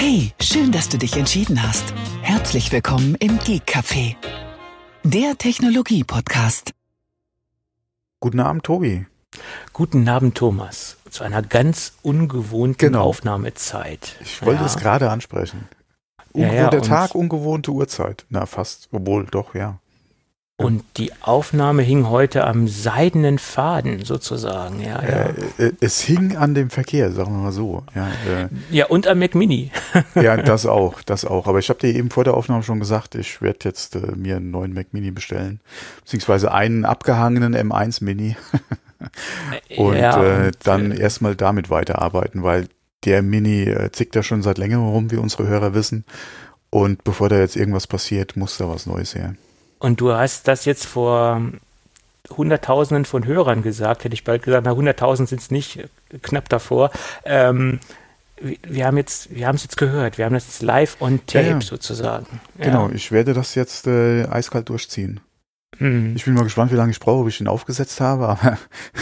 Hey, schön, dass du dich entschieden hast. Herzlich willkommen im Geek Café, der Technologie-Podcast. Guten Abend, Tobi. Guten Abend, Thomas. Zu einer ganz ungewohnten Aufnahmezeit. Ich wollte es gerade ansprechen. Ungewohnter Tag, ungewohnte Uhrzeit. Na, fast. Obwohl, doch, ja. Und die Aufnahme hing heute am seidenen Faden sozusagen. Es hing an dem Verkehr, sagen wir mal so. Ja, und am Mac Mini. Ja, das auch. Aber ich habe dir eben vor der Aufnahme schon gesagt, ich werde jetzt mir einen neuen Mac Mini bestellen. Beziehungsweise einen abgehangenen M1 Mini. Und dann erstmal damit weiterarbeiten, weil der Mini zickt ja schon seit längerem rum, wie unsere Hörer wissen. Und bevor da jetzt irgendwas passiert, muss da was Neues her. Und du hast das jetzt vor Hunderttausenden von Hörern gesagt, hätte ich bald gesagt, na 100.000 sind es nicht, knapp davor. Wir haben es jetzt gehört, wir haben das jetzt live on tape sozusagen. Genau, ich werde das jetzt eiskalt durchziehen. Ich bin mal gespannt, wie lange ich brauche, bis ich ihn aufgesetzt habe, aber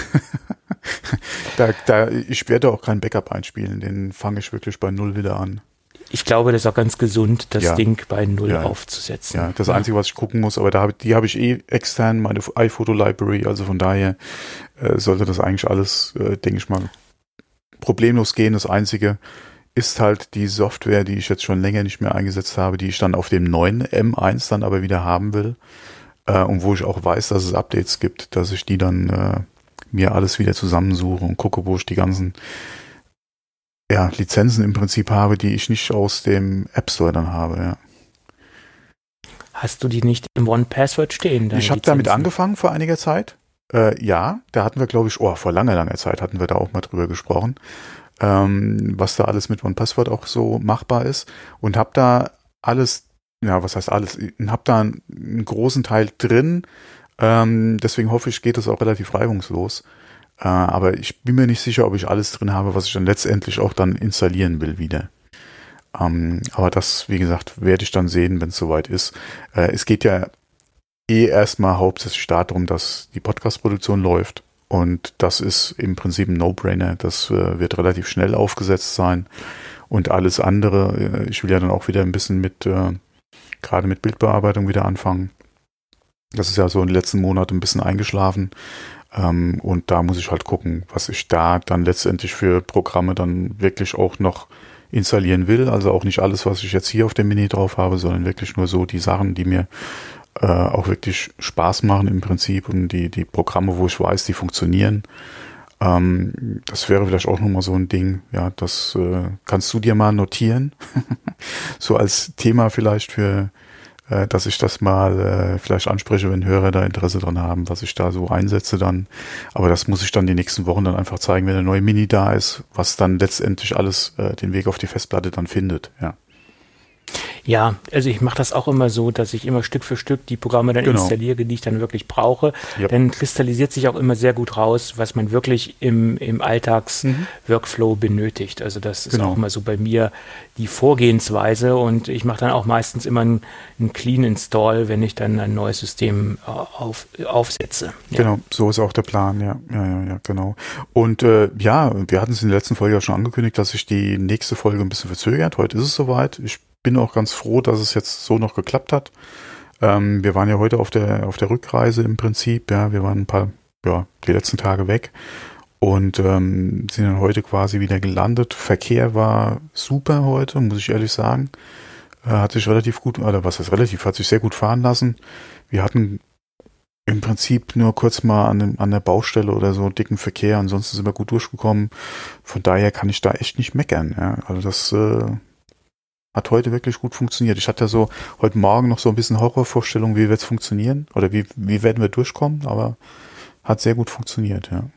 ich werde auch kein Backup einspielen, den fange ich wirklich bei Null wieder an. Ich glaube, das ist auch ganz gesund, das Ding bei Null aufzusetzen. Ja, das Einzige, was ich gucken muss, aber die habe ich extern, meine iPhoto-Library, also von daher sollte das eigentlich alles, denke ich mal, problemlos gehen. Das Einzige ist halt die Software, die ich jetzt schon länger nicht mehr eingesetzt habe, die ich dann auf dem neuen M1 dann aber wieder haben will. Und wo ich auch weiß, dass es Updates gibt, dass ich die dann mir alles wieder zusammensuche und gucke, wo ich die ganzen Lizenzen im Prinzip habe, die ich nicht aus dem App Store dann habe, ja. Hast du die nicht im One-Password stehen? Ich habe damit angefangen vor einiger Zeit. Da hatten wir, glaube ich, vor langer Zeit hatten wir da auch mal drüber gesprochen, was da alles mit One-Password auch so machbar ist, und habe da alles, was heißt alles, habe da einen großen Teil drin, deswegen hoffe ich, geht das auch relativ reibungslos. Aber ich bin mir nicht sicher, ob ich alles drin habe, was ich dann letztendlich auch dann installieren will wieder. Aber das, wie gesagt, werde ich dann sehen, wenn es soweit ist. Es geht ja erstmal hauptsächlich darum, dass die Podcast-Produktion läuft. Und das ist im Prinzip ein No-Brainer. Das wird relativ schnell aufgesetzt sein. Und alles andere, ich will ja dann auch wieder ein bisschen gerade mit Bildbearbeitung wieder anfangen. Das ist ja so in den letzten Monaten ein bisschen eingeschlafen. Und da muss ich halt gucken, was ich da dann letztendlich für Programme dann wirklich auch noch installieren will. Also auch nicht alles, was ich jetzt hier auf dem Mini drauf habe, sondern wirklich nur so die Sachen, die mir auch wirklich Spaß machen im Prinzip, und die Programme, wo ich weiß, die funktionieren. Das wäre vielleicht auch nochmal so ein Ding. Ja, das kannst du dir mal notieren. So als Thema vielleicht dass ich das mal vielleicht anspreche, wenn Hörer da Interesse dran haben, was ich da so einsetze dann. Aber das muss ich dann die nächsten Wochen dann einfach zeigen, wenn der neue Mini da ist, was dann letztendlich alles den Weg auf die Festplatte dann findet, ja. Ja, also ich mache das auch immer so, dass ich immer Stück für Stück die Programme dann installiere, die ich dann wirklich brauche. Yep. Dann kristallisiert sich auch immer sehr gut raus, was man wirklich im Alltags-Workflow benötigt. Also das ist auch immer so bei mir die Vorgehensweise, und ich mache dann auch meistens immer einen Clean Install, wenn ich dann ein neues System aufsetze. Ja. Genau, so ist auch der Plan, ja, genau. Und wir hatten es in der letzten Folge ja schon angekündigt, dass sich die nächste Folge ein bisschen verzögert. Heute ist es soweit. Ich bin auch ganz froh, dass es jetzt so noch geklappt hat. Wir waren ja heute auf der Rückreise im Prinzip. Ja, wir waren die letzten Tage weg und sind dann heute quasi wieder gelandet. Verkehr war super heute, muss ich ehrlich sagen. Hat sich relativ gut, oder was heißt relativ, hat sich sehr gut fahren lassen. Wir hatten im Prinzip nur kurz mal an der Baustelle oder so dicken Verkehr. Ansonsten sind wir gut durchgekommen. Von daher kann ich da echt nicht meckern. Ja. Also das hat heute wirklich gut funktioniert. Ich hatte so heute Morgen noch so ein bisschen Horrorvorstellung, wie wird es funktionieren oder wie werden wir durchkommen, aber hat sehr gut funktioniert, ja.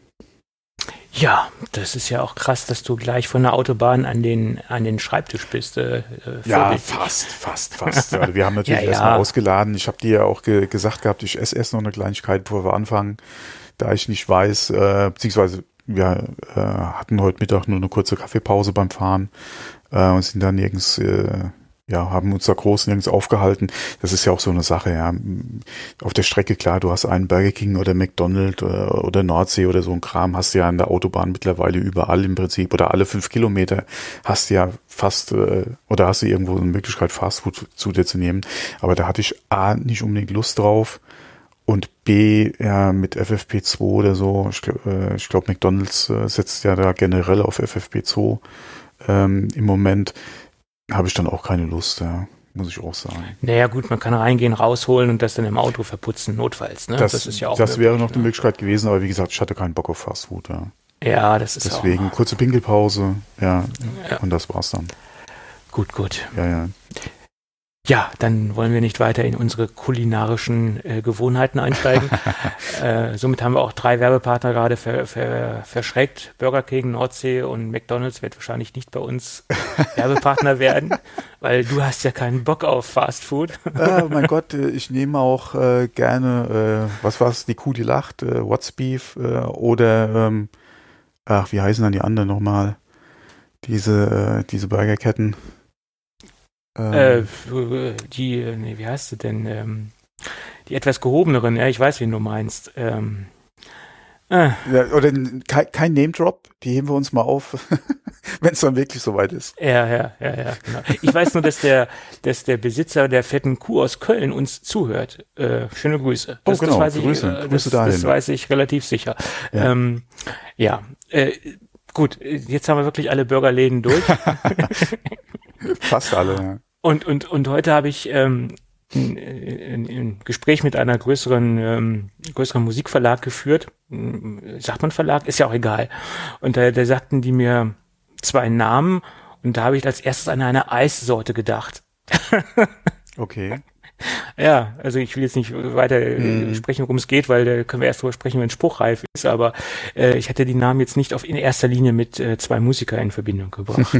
Ja, das ist ja auch krass, dass du gleich von der Autobahn an den Schreibtisch bist. Ja, fast. Also wir haben natürlich erstmal ausgeladen. Ich habe dir ja auch gesagt gehabt, ich esse erst noch eine Kleinigkeit, bevor wir anfangen, da ich nicht weiß, beziehungsweise wir hatten heute Mittag nur eine kurze Kaffeepause beim Fahren. Und sind dann nirgends ja, haben uns da groß nirgends aufgehalten. Das ist ja auch so eine Sache, ja. Auf der Strecke, klar, du hast einen Burger King oder McDonald's oder Nordsee oder so ein Kram, hast du ja an der Autobahn mittlerweile überall im Prinzip oder alle 5 Kilometer hast du ja fast, oder hast du irgendwo eine Möglichkeit, Fastfood zu dir zu nehmen. Aber da hatte ich A, nicht unbedingt Lust drauf und B, ja, mit FFP2 oder so. Ich glaube, McDonald's setzt ja da generell auf FFP2 im Moment. Habe ich dann auch keine Lust, ja, muss ich auch sagen. Naja gut, man kann reingehen, rausholen und das dann im Auto verputzen, notfalls. Ne? Das ist ja auch das möglich, wäre noch ne? eine Möglichkeit gewesen, aber wie gesagt, ich hatte keinen Bock auf Fastfood. Ja. Ja, das ist deswegen auch kurze Pinkelpause, ja, und das war's dann. Gut. Ja. Ja, dann wollen wir nicht weiter in unsere kulinarischen Gewohnheiten einsteigen. Somit haben wir auch 3 Werbepartner gerade verschreckt. Burger King, Nordsee und McDonald's wird wahrscheinlich nicht bei uns Werbepartner werden, weil du hast ja keinen Bock auf Fast Food. Mein Gott, ich nehme auch gerne, was war's, die Kuh, die lacht, What's Beef oder, wie heißen dann die anderen nochmal? Diese Burgerketten. Wie heißt sie denn? Die etwas gehobeneren, ja, ich weiß, wen du meinst. Ja, oder kein Name-Drop, die heben wir uns mal auf, wenn es dann wirklich soweit ist. Ja, genau. Ich weiß nur, dass der Besitzer der fetten Kuh aus Köln uns zuhört. Schöne Grüße. Genau, das weiß Grüße dahin. Das weiß ich relativ sicher. Ja, gut, jetzt haben wir wirklich alle Burgerläden durch. Fast alle, ja. Und heute habe ich ein Gespräch mit einer größeren Musikverlag geführt. Sagt man Verlag? Ist ja auch egal. Und da sagten die mir 2 Namen und da habe ich als erstes an eine Eissorte gedacht. Okay. Ja, also ich will jetzt nicht weiter sprechen, worum es geht, weil da können wir erst drüber sprechen, wenn spruchreif ist, aber ich hatte die Namen jetzt nicht in erster Linie mit 2 Musikern in Verbindung gebracht.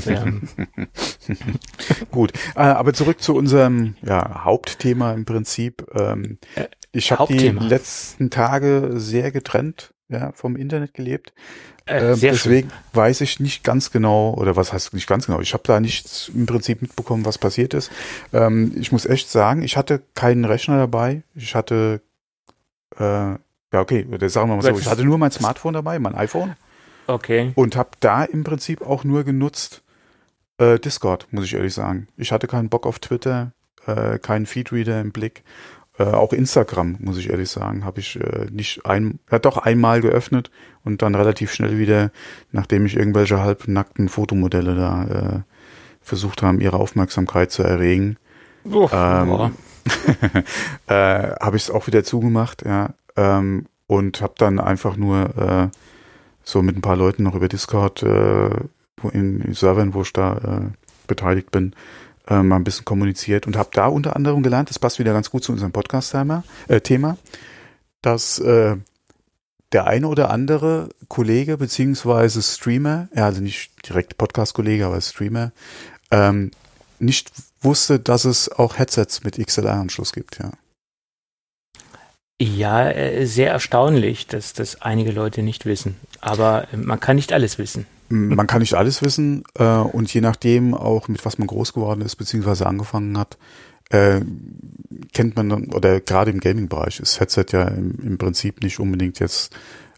Gut, aber zurück zu unserem Hauptthema im Prinzip. Ich habe die letzten Tage sehr getrennt vom Internet gelebt. Deswegen weiß ich nicht ganz genau, oder was heißt nicht ganz genau, ich habe da nicht im Prinzip mitbekommen, was passiert ist. Ich muss echt sagen, ich hatte keinen Rechner dabei. Ich hatte, sagen wir mal so, ich hatte nur mein Smartphone dabei, mein iPhone. Okay. Und habe da im Prinzip auch nur genutzt Discord, muss ich ehrlich sagen. Ich hatte keinen Bock auf Twitter, keinen Feedreader im Blick. Auch Instagram, muss ich ehrlich sagen, habe ich einmal geöffnet und dann relativ schnell wieder, nachdem ich irgendwelche halbnackten Fotomodelle da versucht haben, ihre Aufmerksamkeit zu erregen, habe ich es auch wieder zugemacht, und habe dann einfach nur so mit ein paar Leuten noch über Discord in Servern, wo ich da beteiligt bin, mal ein bisschen kommuniziert und habe da unter anderem gelernt, das passt wieder ganz gut zu unserem Podcast-Thema, dass der eine oder andere Kollege beziehungsweise Streamer, also nicht direkt Podcast-Kollege, aber Streamer, nicht wusste, dass es auch Headsets mit XLR-Anschluss gibt, ja. Ja, sehr erstaunlich, dass das einige Leute nicht wissen. Aber man kann nicht alles wissen. Man kann nicht alles wissen und je nachdem auch, mit was man groß geworden ist, beziehungsweise angefangen hat, kennt man dann, oder gerade im Gaming-Bereich ist Headset ja im Prinzip nicht unbedingt jetzt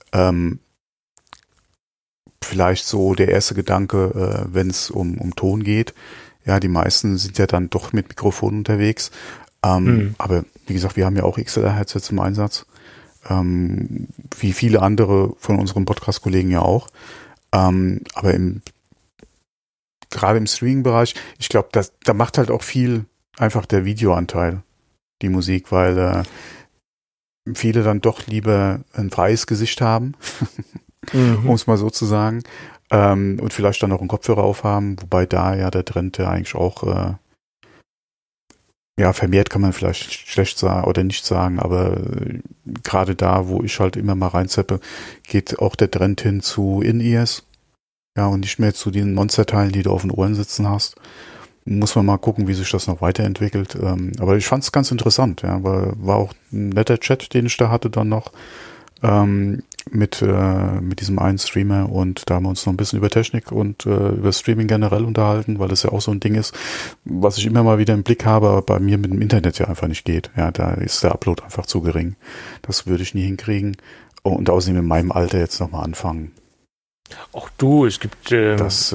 vielleicht so der erste Gedanke, wenn es um Ton geht. Ja, die meisten sind ja dann doch mit Mikrofon unterwegs. Aber wie gesagt, wir haben ja auch XLR-Headsets im Einsatz, wie viele andere von unseren Podcast-Kollegen ja auch. Aber gerade im Streaming-Bereich, ich glaube, da macht halt auch viel einfach der Videoanteil, die Musik, weil viele dann doch lieber ein freies Gesicht haben, um es mal so zu sagen, und vielleicht dann auch einen Kopfhörer aufhaben, wobei da ja der Trend ja eigentlich auch vermehrt kann man vielleicht schlecht sagen oder nicht sagen, aber gerade da, wo ich halt immer mal reinzeppe, geht auch der Trend hin zu In-Ears. Ja, und nicht mehr zu den Monsterteilen, die du auf den Ohren sitzen hast. Muss man mal gucken, wie sich das noch weiterentwickelt. Aber ich fand es ganz interessant, ja, war auch ein netter Chat, den ich da hatte dann noch. mit diesem einen Streamer und da haben wir uns noch ein bisschen über Technik und über Streaming generell unterhalten, weil das ja auch so ein Ding ist, was ich immer mal wieder im Blick habe, aber bei mir mit dem Internet ja einfach nicht geht. Ja, da ist der Upload einfach zu gering. Das würde ich nie hinkriegen. Oh, und außerdem in meinem Alter jetzt nochmal anfangen. Auch du, es gibt, das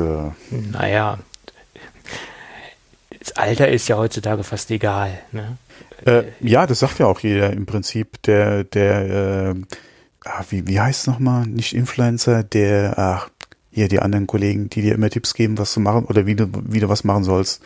Alter ist ja heutzutage fast egal, ne? Ja, das sagt ja auch jeder im Prinzip, wie heißt es nochmal? Nicht Influencer, hier die anderen Kollegen, die dir immer Tipps geben, was zu machen oder wie du was machen sollst.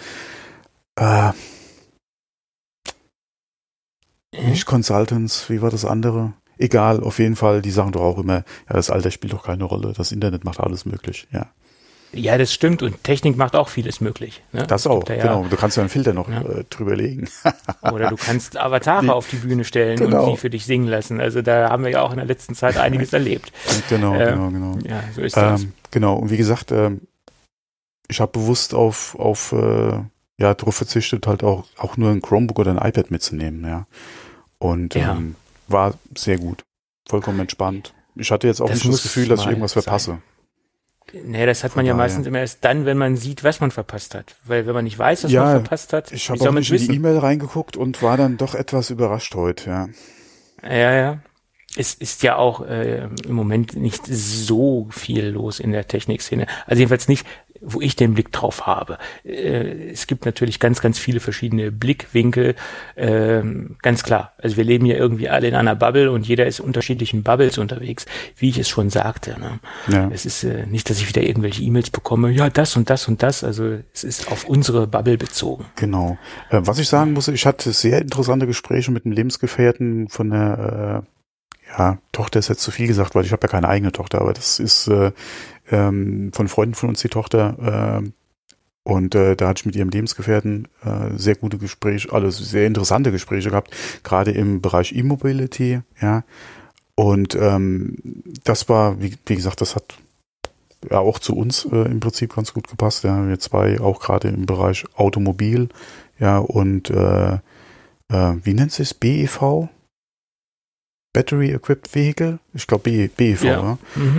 Nicht Consultants, wie war das andere? Egal, auf jeden Fall, die sagen doch auch immer, ja, das Alter spielt doch keine Rolle, das Internet macht alles möglich, ja. Ja, das stimmt und Technik macht auch vieles möglich. Ne? Das auch, genau. Du kannst ja einen Filter noch drüber legen. Oder du kannst Avatare auf die Bühne stellen und die für dich singen lassen. Also da haben wir ja auch in der letzten Zeit einiges erlebt. Genau. Ja, so ist das. Genau, und wie gesagt, ich habe bewusst darauf verzichtet, halt auch nur ein Chromebook oder ein iPad mitzunehmen, ja. Und war sehr gut. Vollkommen entspannt. Ich hatte jetzt auch nicht das Gefühl, dass ich irgendwas verpasse. Nee, das hat man ja meistens immer erst dann, wenn man sieht, was man verpasst hat. Weil wenn man nicht weiß, was man verpasst hat, ich habe auch nicht in die E-Mail reingeguckt und war dann doch etwas überrascht heute, ja. Ja. Es ist ja auch im Moment nicht so viel los in der Technikszene. Also jedenfalls nicht, wo ich den Blick drauf habe. Es gibt natürlich ganz, ganz viele verschiedene Blickwinkel. Ganz klar. Also wir leben ja irgendwie alle in einer Bubble und jeder ist in unterschiedlichen Bubbles unterwegs, wie ich es schon sagte. Ne? Ja. Es ist nicht, dass ich wieder irgendwelche E-Mails bekomme, ja, das und das und das. Also es ist auf unsere Bubble bezogen. Genau. Was ich sagen muss, ich hatte sehr interessante Gespräche mit einem Lebensgefährten von der Tochter ist jetzt zu viel gesagt, weil ich habe ja keine eigene Tochter, aber das ist von Freunden von uns die Tochter und da hatte ich mit ihrem Lebensgefährten sehr gute Gespräche, sehr interessante Gespräche gehabt, gerade im Bereich E-Mobility, ja, und das war, wie gesagt, das hat ja auch zu uns im Prinzip ganz gut gepasst, ja, wir zwei auch gerade im Bereich Automobil, ja, und wie nennt sich es, BEV? Battery Equipped Vehicle, ich glaube BEV, ja.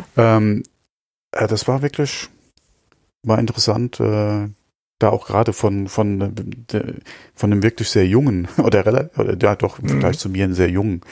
Das war interessant, da auch gerade von einem wirklich sehr jungen oder doch im Vergleich zu mir einen sehr jungen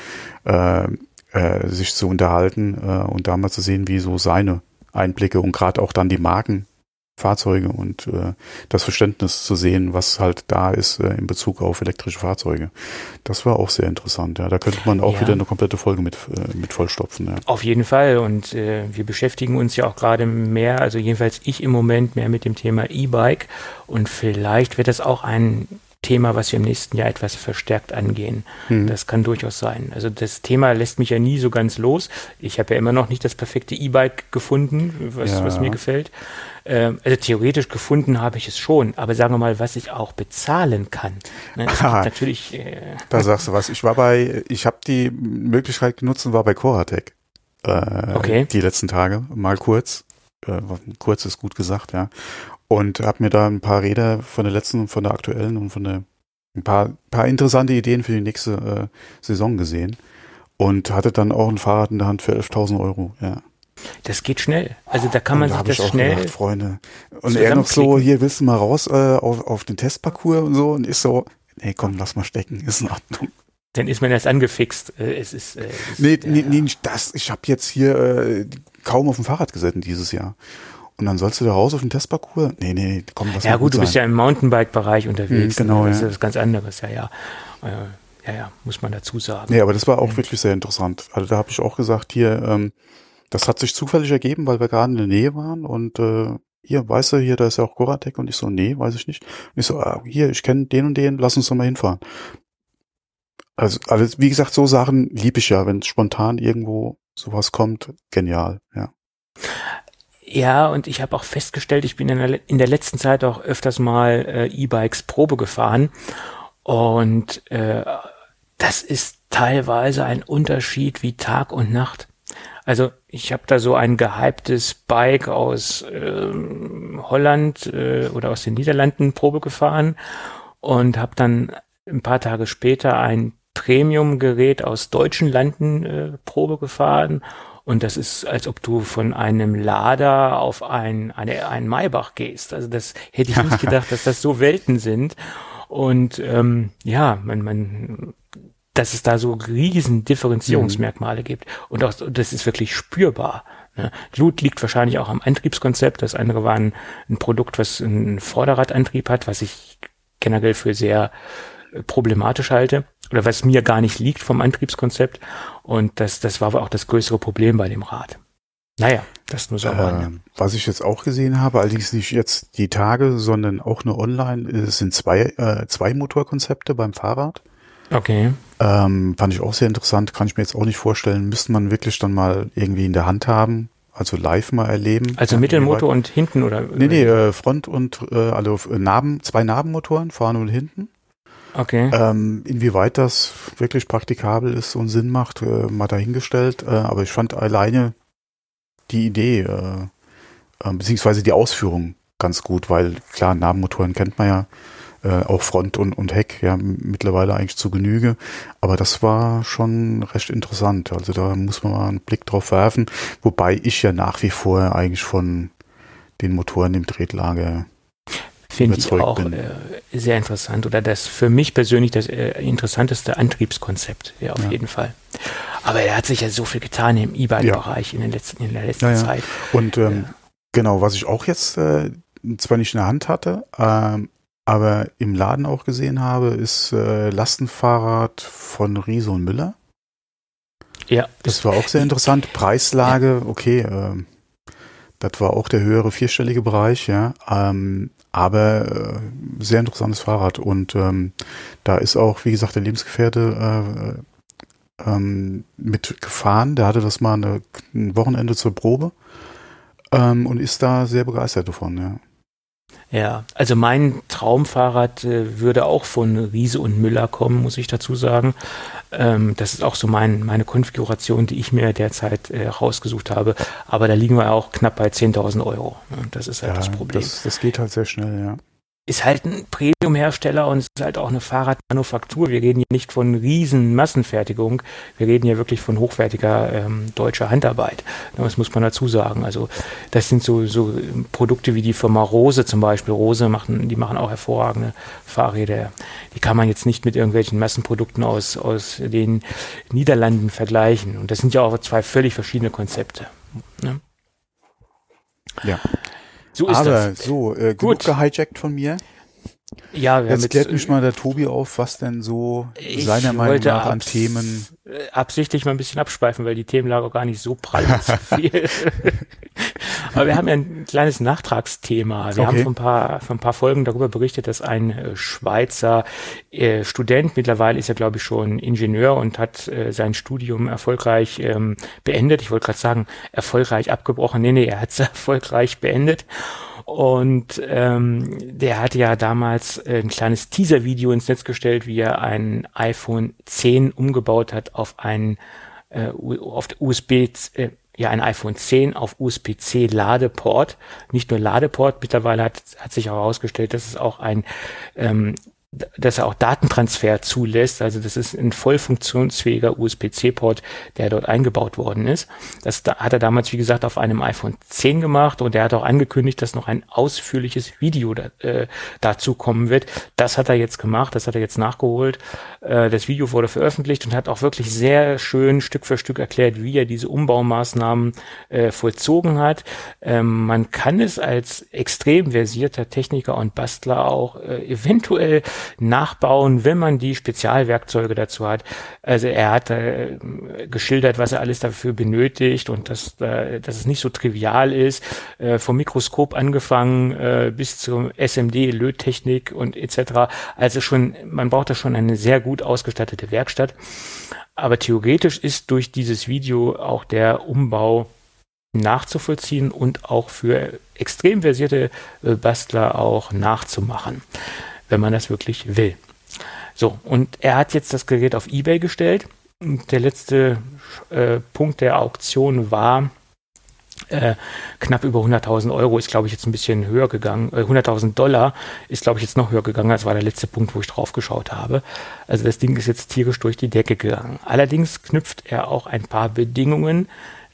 sich zu unterhalten und da mal zu sehen, wie so seine Einblicke und gerade auch dann die Markenfahrzeuge und das Verständnis zu sehen, was halt da ist in Bezug auf elektrische Fahrzeuge. Das war auch sehr interessant. Ja, da könnte man auch wieder eine komplette Folge mit vollstopfen. Ja. Auf jeden Fall. Und wir beschäftigen uns ja auch gerade mehr, also jedenfalls ich im Moment mehr mit dem Thema E-Bike. Und vielleicht wird das auch ein Thema, was wir im nächsten Jahr etwas verstärkt angehen. Das kann durchaus sein. Also das Thema lässt mich ja nie so ganz los. Ich habe ja immer noch nicht das perfekte E-Bike gefunden, was mir gefällt. Also theoretisch gefunden habe ich es schon, aber sagen wir mal, was ich auch bezahlen kann. Ne, natürlich. Da sagst du was. Ich habe die Möglichkeit genutzt und war bei Coratec. Die letzten Tage, mal kurz. Kurz ist gut gesagt, ja. Und habe mir da ein paar Räder von der letzten und von der aktuellen und ein paar interessante Ideen für die nächste Saison gesehen. Und hatte dann auch ein Fahrrad in der Hand für 11.000 Euro, ja. Das geht schnell. Also da kann man sich das schnell gedacht, Freunde. Und er noch so, hier willst du mal raus auf den Testparcours und so. Und ich so, nee, komm, lass mal stecken, ist in Ordnung. Dann ist man erst angefixt. Nee, nicht das. Ich habe jetzt hier kaum auf dem Fahrrad gesessen dieses Jahr. Und dann sollst du da raus auf den Testparcours? Nee, komm, lass mal. Ja gut, du bist ja im Mountainbike-Bereich unterwegs. Genau, das ist was ganz anderes, ja, muss man dazu sagen. Nee, aber das war auch wirklich sehr interessant. Also da habe ich auch gesagt, hier, das hat sich zufällig ergeben, weil wir gerade in der Nähe waren und hier, weißt du, da ist ja auch Coratec und ich so, nee, weiß ich nicht. Und ich so, hier, ich kenne den und den, lass uns doch mal hinfahren. Also wie gesagt, so Sachen liebe ich ja, wenn spontan irgendwo sowas kommt, genial, ja. Ja, und ich habe auch festgestellt, ich bin in der letzten Zeit auch öfters mal E-Bikes Probe gefahren und das ist teilweise ein Unterschied wie Tag und Nacht. Also ich habe da so ein gehyptes Bike aus Holland oder aus den Niederlanden Probe gefahren und habe dann ein paar Tage später ein Premium-Gerät aus deutschen Landen Probe gefahren Und das ist, als ob du von einem Lada auf einen Maybach gehst. Also das hätte ich nicht gedacht, dass das so Welten sind. Und dass es da so riesen Differenzierungsmerkmale gibt. Und auch das ist wirklich spürbar. Ne? Glut liegt wahrscheinlich auch am Antriebskonzept. Das andere war ein Produkt, was einen Vorderradantrieb hat, was ich generell für sehr problematisch halte oder was mir gar nicht liegt vom Antriebskonzept. Und das war aber auch das größere Problem bei dem Rad. Naja, das nur so. Was ich jetzt auch gesehen habe, allerdings nicht jetzt die Tage, sondern auch nur online, es sind zwei Motorkonzepte beim Fahrrad. Okay. Fand ich auch sehr interessant, kann ich mir jetzt auch nicht vorstellen, müsste man wirklich dann mal irgendwie in der Hand haben, also live mal erleben. Also Mittelmotor und hinten oder? Nee, Front und zwei Nabenmotoren, vorne und hinten. Okay. Inwieweit das wirklich praktikabel ist und Sinn macht, mal dahingestellt, aber ich fand alleine die Idee, beziehungsweise die Ausführung ganz gut, weil klar, Nabenmotoren kennt man ja, auch Front und Heck, ja, mittlerweile eigentlich zu Genüge. Aber das war schon recht interessant. Also da muss man mal einen Blick drauf werfen. Wobei ich ja nach wie vor eigentlich von den Motoren im Tretlager finde ich auch sehr interessant. Oder das für mich persönlich das interessanteste Antriebskonzept, ja, auf jeden Fall. Aber er hat sich ja so viel getan im E-Bike-Bereich in der letzten Zeit. Und genau, was ich auch jetzt zwar nicht in der Hand hatte, aber im Laden auch gesehen habe, ist Lastenfahrrad von Riese und Müller. Ja. Das war auch sehr interessant. Preislage, okay, das war auch der höhere vierstellige Bereich, ja. Aber sehr interessantes Fahrrad. Und da ist auch, wie gesagt, der Lebensgefährte mit gefahren. Der hatte das mal ein Wochenende zur Probe und ist da sehr begeistert davon, ja. Ja, also mein Traumfahrrad würde auch von Riese und Müller kommen, muss ich dazu sagen. Das ist auch so meine Konfiguration, die ich mir derzeit rausgesucht habe. Aber da liegen wir auch knapp bei 10.000 Euro. Und das ist halt das Problem. Das geht halt sehr schnell, ja. Ist halt ein Premium-Hersteller und es ist halt auch eine Fahrradmanufaktur. Wir reden hier nicht von riesen Massenfertigung. Wir reden hier wirklich von hochwertiger deutscher Handarbeit. Das muss man dazu sagen. Also das sind so Produkte wie die Firma Rose zum Beispiel. Die machen auch hervorragende Fahrräder. Die kann man jetzt nicht mit irgendwelchen Massenprodukten aus den Niederlanden vergleichen. Und das sind ja auch zwei völlig verschiedene Konzepte. Ne? Ja. So ist aber das. Genug gehijackt von mir. Ja, jetzt klärt mich mal der Tobi auf, was denn so seiner Meinung nach an Themen... absichtlich mal ein bisschen abschweifen, weil die Themenlage gar nicht so prall ist. Aber wir haben ja ein kleines Nachtragsthema. Wir haben vor ein paar Folgen darüber berichtet, dass ein Schweizer Student, mittlerweile ist er glaube ich schon Ingenieur und hat sein Studium erfolgreich beendet. Ich wollte gerade sagen, erfolgreich abgebrochen. Nee, er hat es erfolgreich beendet. Und der hatte ja damals ein kleines Teaser-Video ins Netz gestellt, wie er ein iPhone 10 umgebaut hat auf ein iPhone 10 auf USB-C Ladeport. Nicht nur Ladeport, mittlerweile hat sich auch herausgestellt, dass es auch dass er auch Datentransfer zulässt. Also das ist ein voll funktionsfähiger USB-C-Port, der dort eingebaut worden ist. Das hat er damals, wie gesagt, auf einem iPhone 10 gemacht und er hat auch angekündigt, dass noch ein ausführliches Video dazu kommen wird. Das hat er jetzt gemacht, das hat er jetzt nachgeholt. Das Video wurde veröffentlicht und hat auch wirklich sehr schön Stück für Stück erklärt, wie er diese Umbaumaßnahmen vollzogen hat. Man kann es als extrem versierter Techniker und Bastler auch eventuell nachbauen, wenn man die Spezialwerkzeuge dazu hat. Also er hat geschildert, was er alles dafür benötigt und dass es nicht so trivial ist, vom Mikroskop angefangen bis zur SMD-Löttechnik und etc. Also man braucht da schon eine sehr gut ausgestattete Werkstatt. Aber theoretisch ist durch dieses Video auch der Umbau nachzuvollziehen und auch für extrem versierte Bastler auch nachzumachen, wenn man das wirklich will. So, und er hat jetzt das Gerät auf eBay gestellt. Der letzte Punkt der Auktion war knapp über 100.000 Euro, ist glaube ich jetzt ein bisschen höher gegangen. 100.000 Dollar ist glaube ich jetzt noch höher gegangen. Das war der letzte Punkt, wo ich drauf geschaut habe. Also das Ding ist jetzt tierisch durch die Decke gegangen. Allerdings knüpft er auch ein paar Bedingungen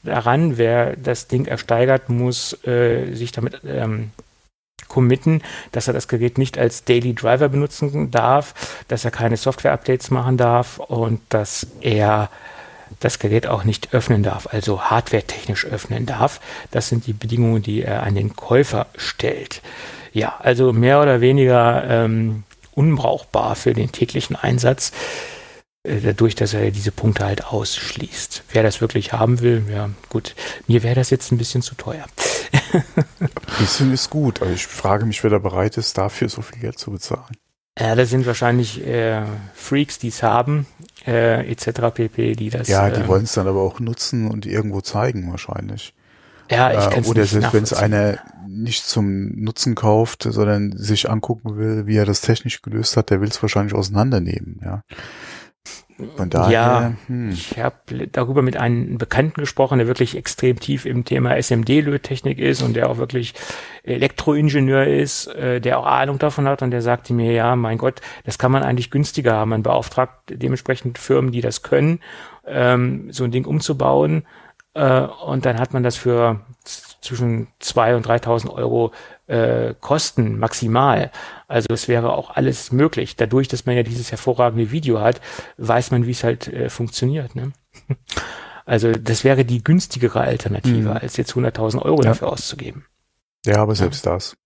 daran, wer das Ding ersteigert, muss sich damit committen, dass er das Gerät nicht als Daily Driver benutzen darf, dass er keine Software-Updates machen darf und dass er das Gerät auch nicht öffnen darf, also hardwaretechnisch öffnen darf. Das sind die Bedingungen, die er an den Käufer stellt. Ja, also mehr oder weniger unbrauchbar für den täglichen Einsatz, dadurch, dass er diese Punkte halt ausschließt. Wer das wirklich haben will, ja gut, mir wäre das jetzt ein bisschen zu teuer. Ein bisschen ist gut, aber ich frage mich, wer da bereit ist, dafür so viel Geld zu bezahlen. Ja, das sind wahrscheinlich Freaks, die es haben, etc. pp., die das... Ja, die wollen es dann aber auch nutzen und irgendwo zeigen wahrscheinlich. Ja, ich kann es oder nicht selbst wenn es einer nicht zum Nutzen kauft, sondern sich angucken will, wie er das technisch gelöst hat, der will es wahrscheinlich auseinandernehmen, ja. Von daher, ich habe darüber mit einem Bekannten gesprochen, der wirklich extrem tief im Thema SMD-Löttechnik ist und der auch wirklich Elektroingenieur ist, der auch Ahnung davon hat und der sagte mir, ja, mein Gott, das kann man eigentlich günstiger haben. Man beauftragt dementsprechend Firmen, die das können, so ein Ding umzubauen und dann hat man das für zwischen 2.000 und 3.000 Euro Kosten maximal. Also es wäre auch alles möglich. Dadurch, dass man ja dieses hervorragende Video hat, weiß man, wie es halt funktioniert. Ne? Also das wäre die günstigere Alternative, als jetzt 100.000 Euro dafür auszugeben. Ja, aber selbst das.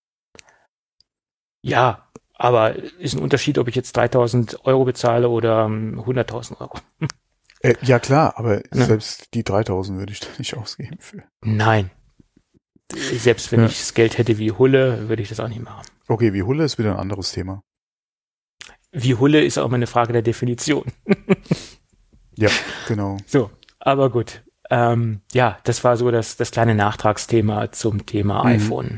Ja, aber ist ein Unterschied, ob ich jetzt 3.000 Euro bezahle oder 100.000 Euro. Ja klar, aber selbst die 3.000 würde ich da nicht ausgeben für. Nein. Selbst wenn ich das Geld hätte wie Hulle, würde ich das auch nicht machen. Okay, wie Hulle ist wieder ein anderes Thema. Wie Hulle ist auch immer eine Frage der Definition. Ja, genau. So, aber gut. Ja, das war so das kleine Nachtragsthema zum Thema iPhone.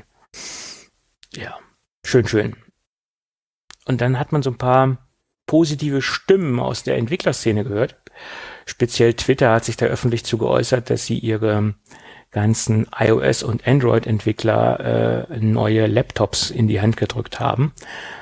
Ja, schön. Und dann hat man so ein paar positive Stimmen aus der Entwicklerszene gehört. Speziell Twitter hat sich da öffentlich zu geäußert, dass sie ihre ganzen iOS- und Android-Entwickler neue Laptops in die Hand gedrückt haben.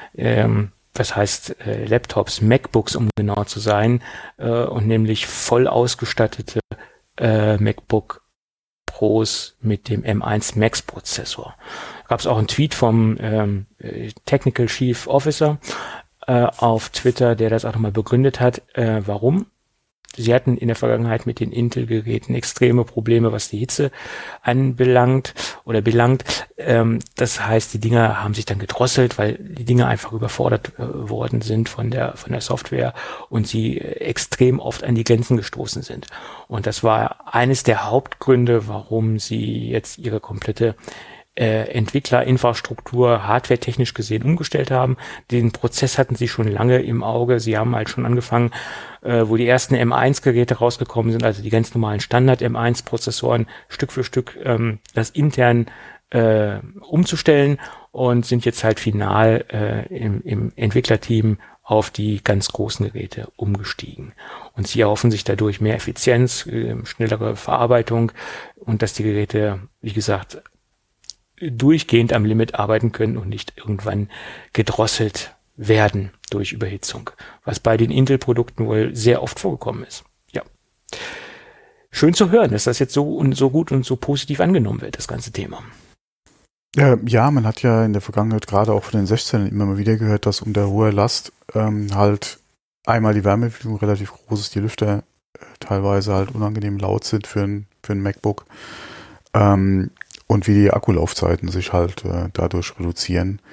Was heißt Laptops, MacBooks, um genau zu sein, und nämlich voll ausgestattete MacBook Pros mit dem M1 Max Prozessor. Gab es auch einen Tweet vom Technical Chief Officer auf Twitter, der das auch nochmal begründet hat, warum. Sie hatten in der Vergangenheit mit den Intel-Geräten extreme Probleme, was die Hitze anbelangt oder belangt. Das heißt, die Dinger haben sich dann gedrosselt, weil die Dinger einfach überfordert worden sind von der Software und sie extrem oft an die Grenzen gestoßen sind. Und das war eines der Hauptgründe, warum sie jetzt ihre komplette Entwicklerinfrastruktur hardwaretechnisch gesehen umgestellt haben. Den Prozess hatten sie schon lange im Auge. Sie haben halt schon angefangen, wo die ersten M1-Geräte rausgekommen sind, also die ganz normalen Standard-M1-Prozessoren, Stück für Stück das intern umzustellen und sind jetzt halt final im Entwicklerteam auf die ganz großen Geräte umgestiegen. Und sie erhoffen sich dadurch mehr Effizienz, schnellere Verarbeitung und dass die Geräte, wie gesagt, durchgehend am Limit arbeiten können und nicht irgendwann gedrosselt werden durch Überhitzung, was bei den Intel-Produkten wohl sehr oft vorgekommen ist. Ja. Schön zu hören, dass das jetzt so gut und so positiv angenommen wird, das ganze Thema. Ja, man hat ja in der Vergangenheit gerade auch von den 16ern immer mal wieder gehört, dass unter hoher Last halt einmal die Wärmeentwicklung relativ groß ist, die Lüfter teilweise halt unangenehm laut sind für ein MacBook. Und wie die Akkulaufzeiten sich halt dadurch reduzieren.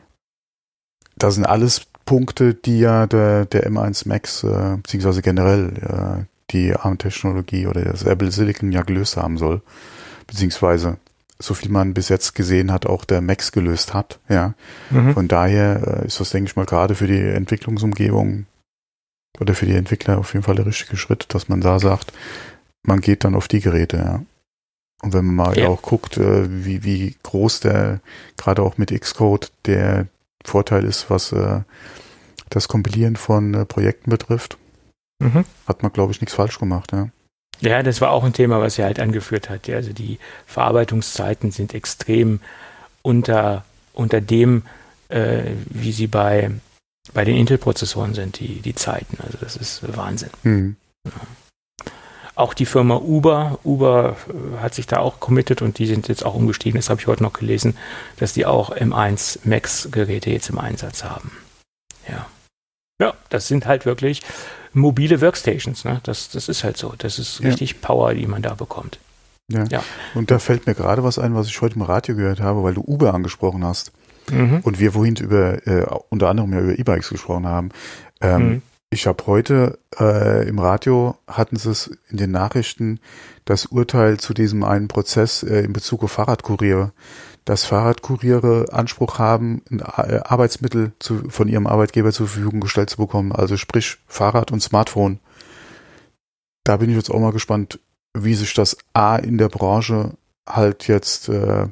Das sind alles Punkte, die ja der M1 Max, beziehungsweise generell die ARM-Technologie oder das Apple Silicon ja gelöst haben soll. Beziehungsweise, so viel man bis jetzt gesehen hat, auch der Max gelöst hat. Ja. Von daher ist das, denke ich mal, gerade für die Entwicklungsumgebung oder für die Entwickler auf jeden Fall der richtige Schritt, dass man da sagt, man geht dann auf die Geräte, ja. Und wenn man mal auch guckt, wie groß der, gerade auch mit Xcode, der Vorteil ist, was das Kompilieren von Projekten betrifft, hat man, glaube ich, nichts falsch gemacht. Ja. Ja, das war auch ein Thema, was er halt angeführt hat. Ja, also die Verarbeitungszeiten sind extrem unter dem, wie sie bei den Intel-Prozessoren sind, die Zeiten. Also das ist Wahnsinn. Ja. Auch die Firma Uber hat sich da auch committed und die sind jetzt auch umgestiegen. Das habe ich heute noch gelesen, dass die auch M1 Max Geräte jetzt im Einsatz haben. Ja. Ja, das sind halt wirklich mobile Workstations. Ne? Das ist halt so. Das ist richtig Power, die man da bekommt. Ja. Und da fällt mir gerade was ein, was ich heute im Radio gehört habe, weil du Uber angesprochen hast. Und wir vorhin unter anderem über E-Bikes gesprochen haben. Ich habe heute im Radio, hatten sie es in den Nachrichten, das Urteil zu diesem einen Prozess in Bezug auf Fahrradkuriere, dass Fahrradkuriere Anspruch haben, ein Arbeitsmittel von ihrem Arbeitgeber zur Verfügung gestellt zu bekommen, also sprich Fahrrad und Smartphone. Da bin ich jetzt auch mal gespannt, wie sich das A in der Branche halt jetzt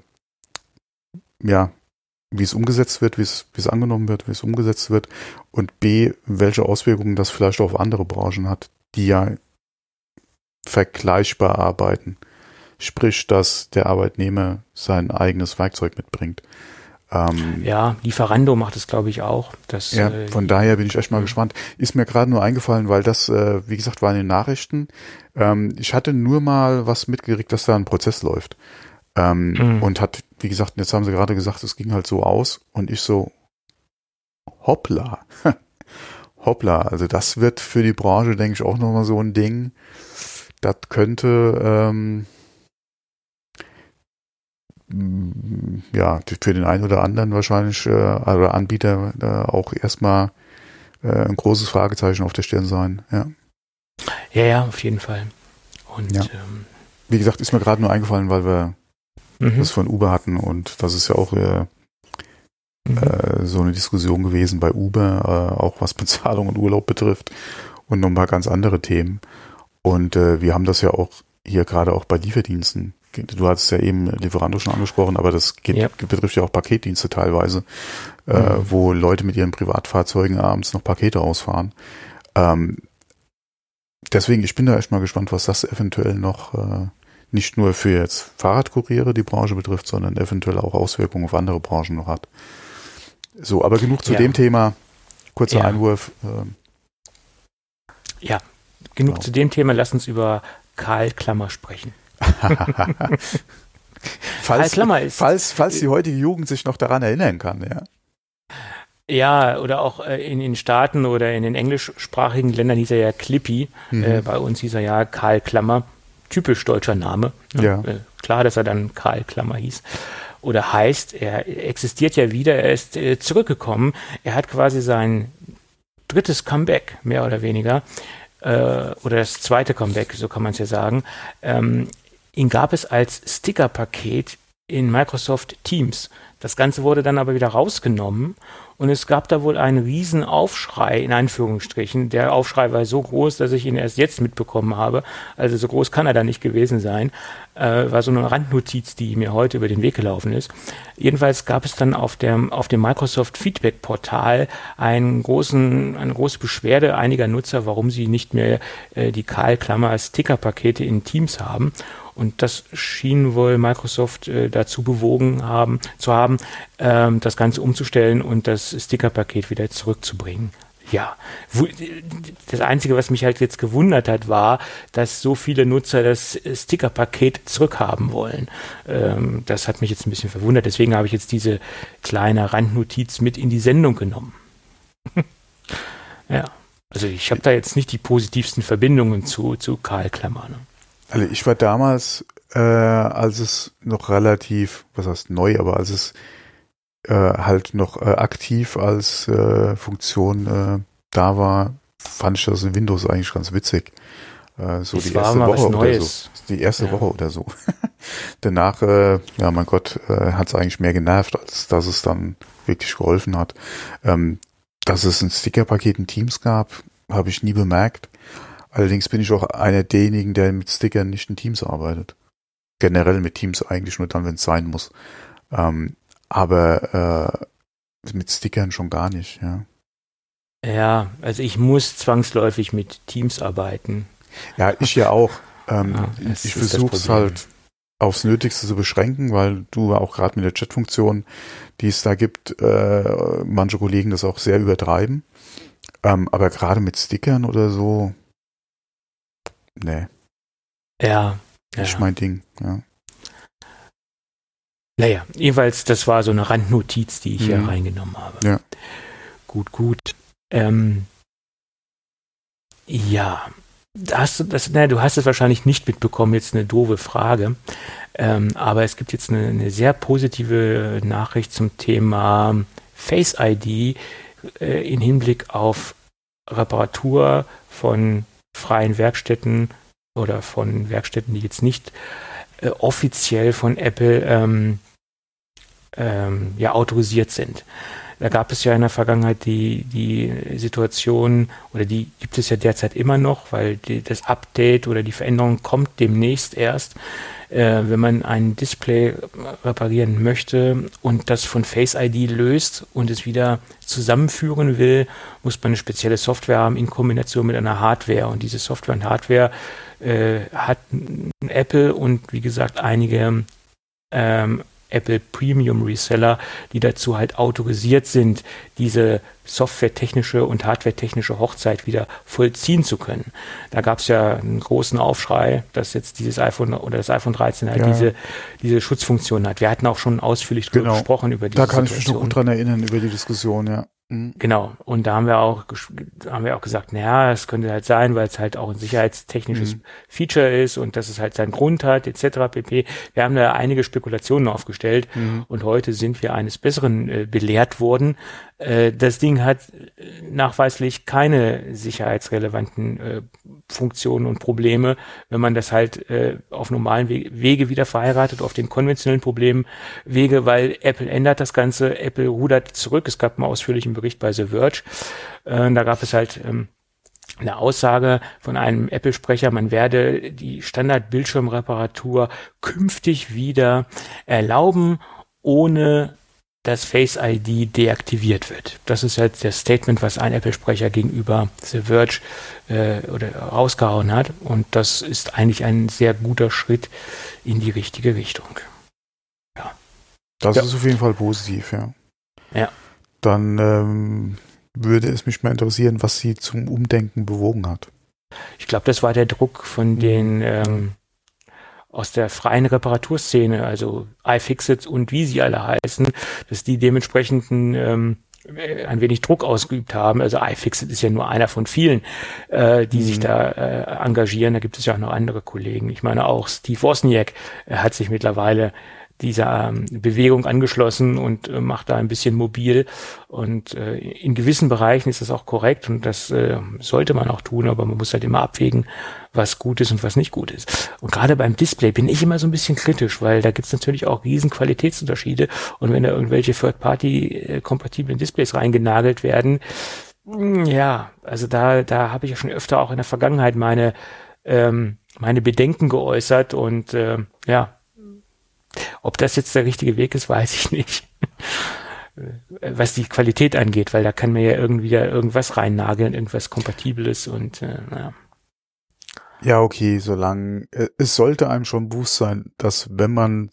wie es umgesetzt wird, wie es angenommen wird, wie es umgesetzt wird und B, welche Auswirkungen das vielleicht auch auf andere Branchen hat, die ja vergleichbar arbeiten. Sprich, dass der Arbeitnehmer sein eigenes Werkzeug mitbringt. Lieferando macht es, glaube ich, auch. Von daher bin ich echt mal gespannt. Ist mir gerade nur eingefallen, weil das, wie gesagt, war in den Nachrichten. Ich hatte nur mal was mitgekriegt, dass da ein Prozess läuft. Und hat, wie gesagt, jetzt haben sie gerade gesagt, es ging halt so aus und ich so, hoppla, also das wird für die Branche, denke ich, auch nochmal so ein Ding, das könnte, für den einen oder anderen wahrscheinlich, oder Anbieter auch erstmal ein großes Fragezeichen auf der Stirn sein, ja. Ja, auf jeden Fall. Und, wie gesagt, ist mir gerade nur eingefallen, weil wir das von Uber hatten und das ist ja auch so eine Diskussion gewesen bei Uber, auch was Bezahlung und Urlaub betrifft und noch ein paar ganz andere Themen. Und wir haben das ja auch hier gerade auch bei Lieferdiensten. Du hattest ja eben Lieferando schon angesprochen, aber das betrifft ja auch Paketdienste teilweise, wo Leute mit ihren Privatfahrzeugen abends noch Pakete ausfahren. Deswegen, ich bin da echt mal gespannt, was das eventuell noch nicht nur für jetzt Fahrradkuriere die Branche betrifft, sondern eventuell auch Auswirkungen auf andere Branchen noch hat. So, aber genug zu dem Thema. Kurzer Einwurf. Genug zu dem Thema. Lass uns über Karl Klammer sprechen. Karl Klammer ist... Falls die heutige Jugend sich noch daran erinnern kann, ja. Ja, oder auch in den Staaten oder in den englischsprachigen Ländern hieß er ja Clippy. Bei uns hieß er ja Karl Klammer. Typisch deutscher Name. Ja. Klar, dass er dann Karl Klammer hieß. Oder heißt, er existiert ja wieder, er ist zurückgekommen. Er hat quasi sein drittes Comeback, mehr oder weniger. Oder das zweite Comeback, so kann man es ja sagen. Ihn gab es als Stickerpaket in Microsoft Teams. Das Ganze wurde dann aber wieder rausgenommen und es gab da wohl einen riesen Aufschrei, in Anführungsstrichen. Der Aufschrei war so groß, dass ich ihn erst jetzt mitbekommen habe. Also so groß kann er da nicht gewesen sein. War so eine Randnotiz, die mir heute über den Weg gelaufen ist. Jedenfalls gab es dann auf dem Microsoft Feedback Portal eine große Beschwerde einiger Nutzer, warum sie nicht mehr die Karl Klammer Stickerpakete in Teams haben. Und das schien wohl Microsoft dazu bewogen zu haben, das Ganze umzustellen und das Stickerpaket wieder zurückzubringen. Ja, das Einzige, was mich halt jetzt gewundert hat, war, dass so viele Nutzer das Stickerpaket zurückhaben wollen. Das hat mich jetzt ein bisschen verwundert. Deswegen habe ich jetzt diese kleine Randnotiz mit in die Sendung genommen. Ja, also ich habe da jetzt nicht die positivsten Verbindungen zu Karl Klammer. Ne? Also ich war damals, als es noch relativ, was heißt neu, aber als es halt noch aktiv als Funktion da war, fand ich das in Windows eigentlich ganz witzig. So die erste Woche oder so. Die erste Woche oder so. Danach, mein Gott, hat es eigentlich mehr genervt, als dass es dann wirklich geholfen hat. Dass es ein Stickerpaket in Teams gab, habe ich nie bemerkt. Allerdings bin ich auch einer derjenigen, der mit Stickern nicht in Teams arbeitet. Generell mit Teams eigentlich nur dann, wenn es sein muss. Aber mit Stickern schon gar nicht, ja. Ja, also ich muss zwangsläufig mit Teams arbeiten. Ja, ich ja auch. Ich versuche es halt aufs Nötigste zu beschränken, weil du auch gerade mit der Chat-Funktion, die es da gibt, manche Kollegen das auch sehr übertreiben. Aber gerade mit Stickern oder so, nee. Ja. Nicht mein Ding, ja. Naja, jedenfalls, das war so eine Randnotiz, die ich hier reingenommen habe. Ja. Gut. Ja, du hast es wahrscheinlich nicht mitbekommen, jetzt eine doofe Frage, aber es gibt jetzt eine sehr positive Nachricht zum Thema Face ID in Hinblick auf Reparatur von freien Werkstätten oder von Werkstätten, die jetzt nicht offiziell von Apple autorisiert sind. Da gab es ja in der Vergangenheit die Situation, oder die gibt es ja derzeit immer noch, weil das Update oder die Veränderung kommt demnächst erst, wenn man ein Display reparieren möchte und das von Face ID löst und es wieder zusammenführen will, muss man eine spezielle Software haben in Kombination mit einer Hardware. Und diese Software und Hardware hat Apple und wie gesagt einige Apple Premium Reseller, die dazu halt autorisiert sind, diese softwaretechnische und hardwaretechnische Hochzeit wieder vollziehen zu können. Da gab es ja einen großen Aufschrei, dass jetzt dieses iPhone oder das iPhone 13 halt diese Schutzfunktion hat. Wir hatten auch schon ausführlich drüber gesprochen über diese Situation. Da kann ich mich noch gut dran erinnern über die Diskussion, ja. Genau, und da haben wir auch gesagt, naja, es könnte halt sein, weil es halt auch ein sicherheitstechnisches Feature ist und dass es halt seinen Grund hat, etc. pp. Wir haben da einige Spekulationen aufgestellt und heute sind wir eines Besseren belehrt worden. Das Ding hat nachweislich keine sicherheitsrelevanten Funktionen und Probleme, wenn man das halt auf normalen Wege wieder verheiratet, auf den konventionellen Problemwege, weil Apple ändert das Ganze, Apple rudert zurück. Es gab mal ausführlichen Bericht bei The Verge. Da gab es halt eine Aussage von einem Apple-Sprecher, man werde die Standard-Bildschirmreparatur künftig wieder erlauben, ohne dass Face ID deaktiviert wird. Das ist halt das Statement, was ein Apple-Sprecher gegenüber The Verge rausgehauen hat. Und das ist eigentlich ein sehr guter Schritt in die richtige Richtung. Ja. Das ist auf jeden Fall positiv, ja. Ja. Dann würde es mich mal interessieren, was sie zum Umdenken bewogen hat. Ich glaube, das war der Druck von den aus der freien Reparaturszene, also iFixit und wie sie alle heißen, dass die dementsprechend ein wenig Druck ausgeübt haben. Also iFixit ist ja nur einer von vielen, die sich da engagieren. Da gibt es ja auch noch andere Kollegen. Ich meine auch Steve Wozniak hat sich mittlerweile dieser Bewegung angeschlossen und macht da ein bisschen mobil und in gewissen Bereichen ist das auch korrekt und das sollte man auch tun, aber man muss halt immer abwägen, was gut ist und was nicht gut ist. Und gerade beim Display bin ich immer so ein bisschen kritisch, weil da gibt es natürlich auch riesen Qualitätsunterschiede und wenn da irgendwelche Third-Party-kompatiblen Displays reingenagelt werden, ja, also da habe ich ja schon öfter auch in der Vergangenheit meine Bedenken geäußert und ob das jetzt der richtige Weg ist, weiß ich nicht. Was die Qualität angeht, weil da kann man ja irgendwie da irgendwas reinnageln, irgendwas Kompatibles und naja. Ja, okay, es sollte einem schon bewusst sein, dass wenn man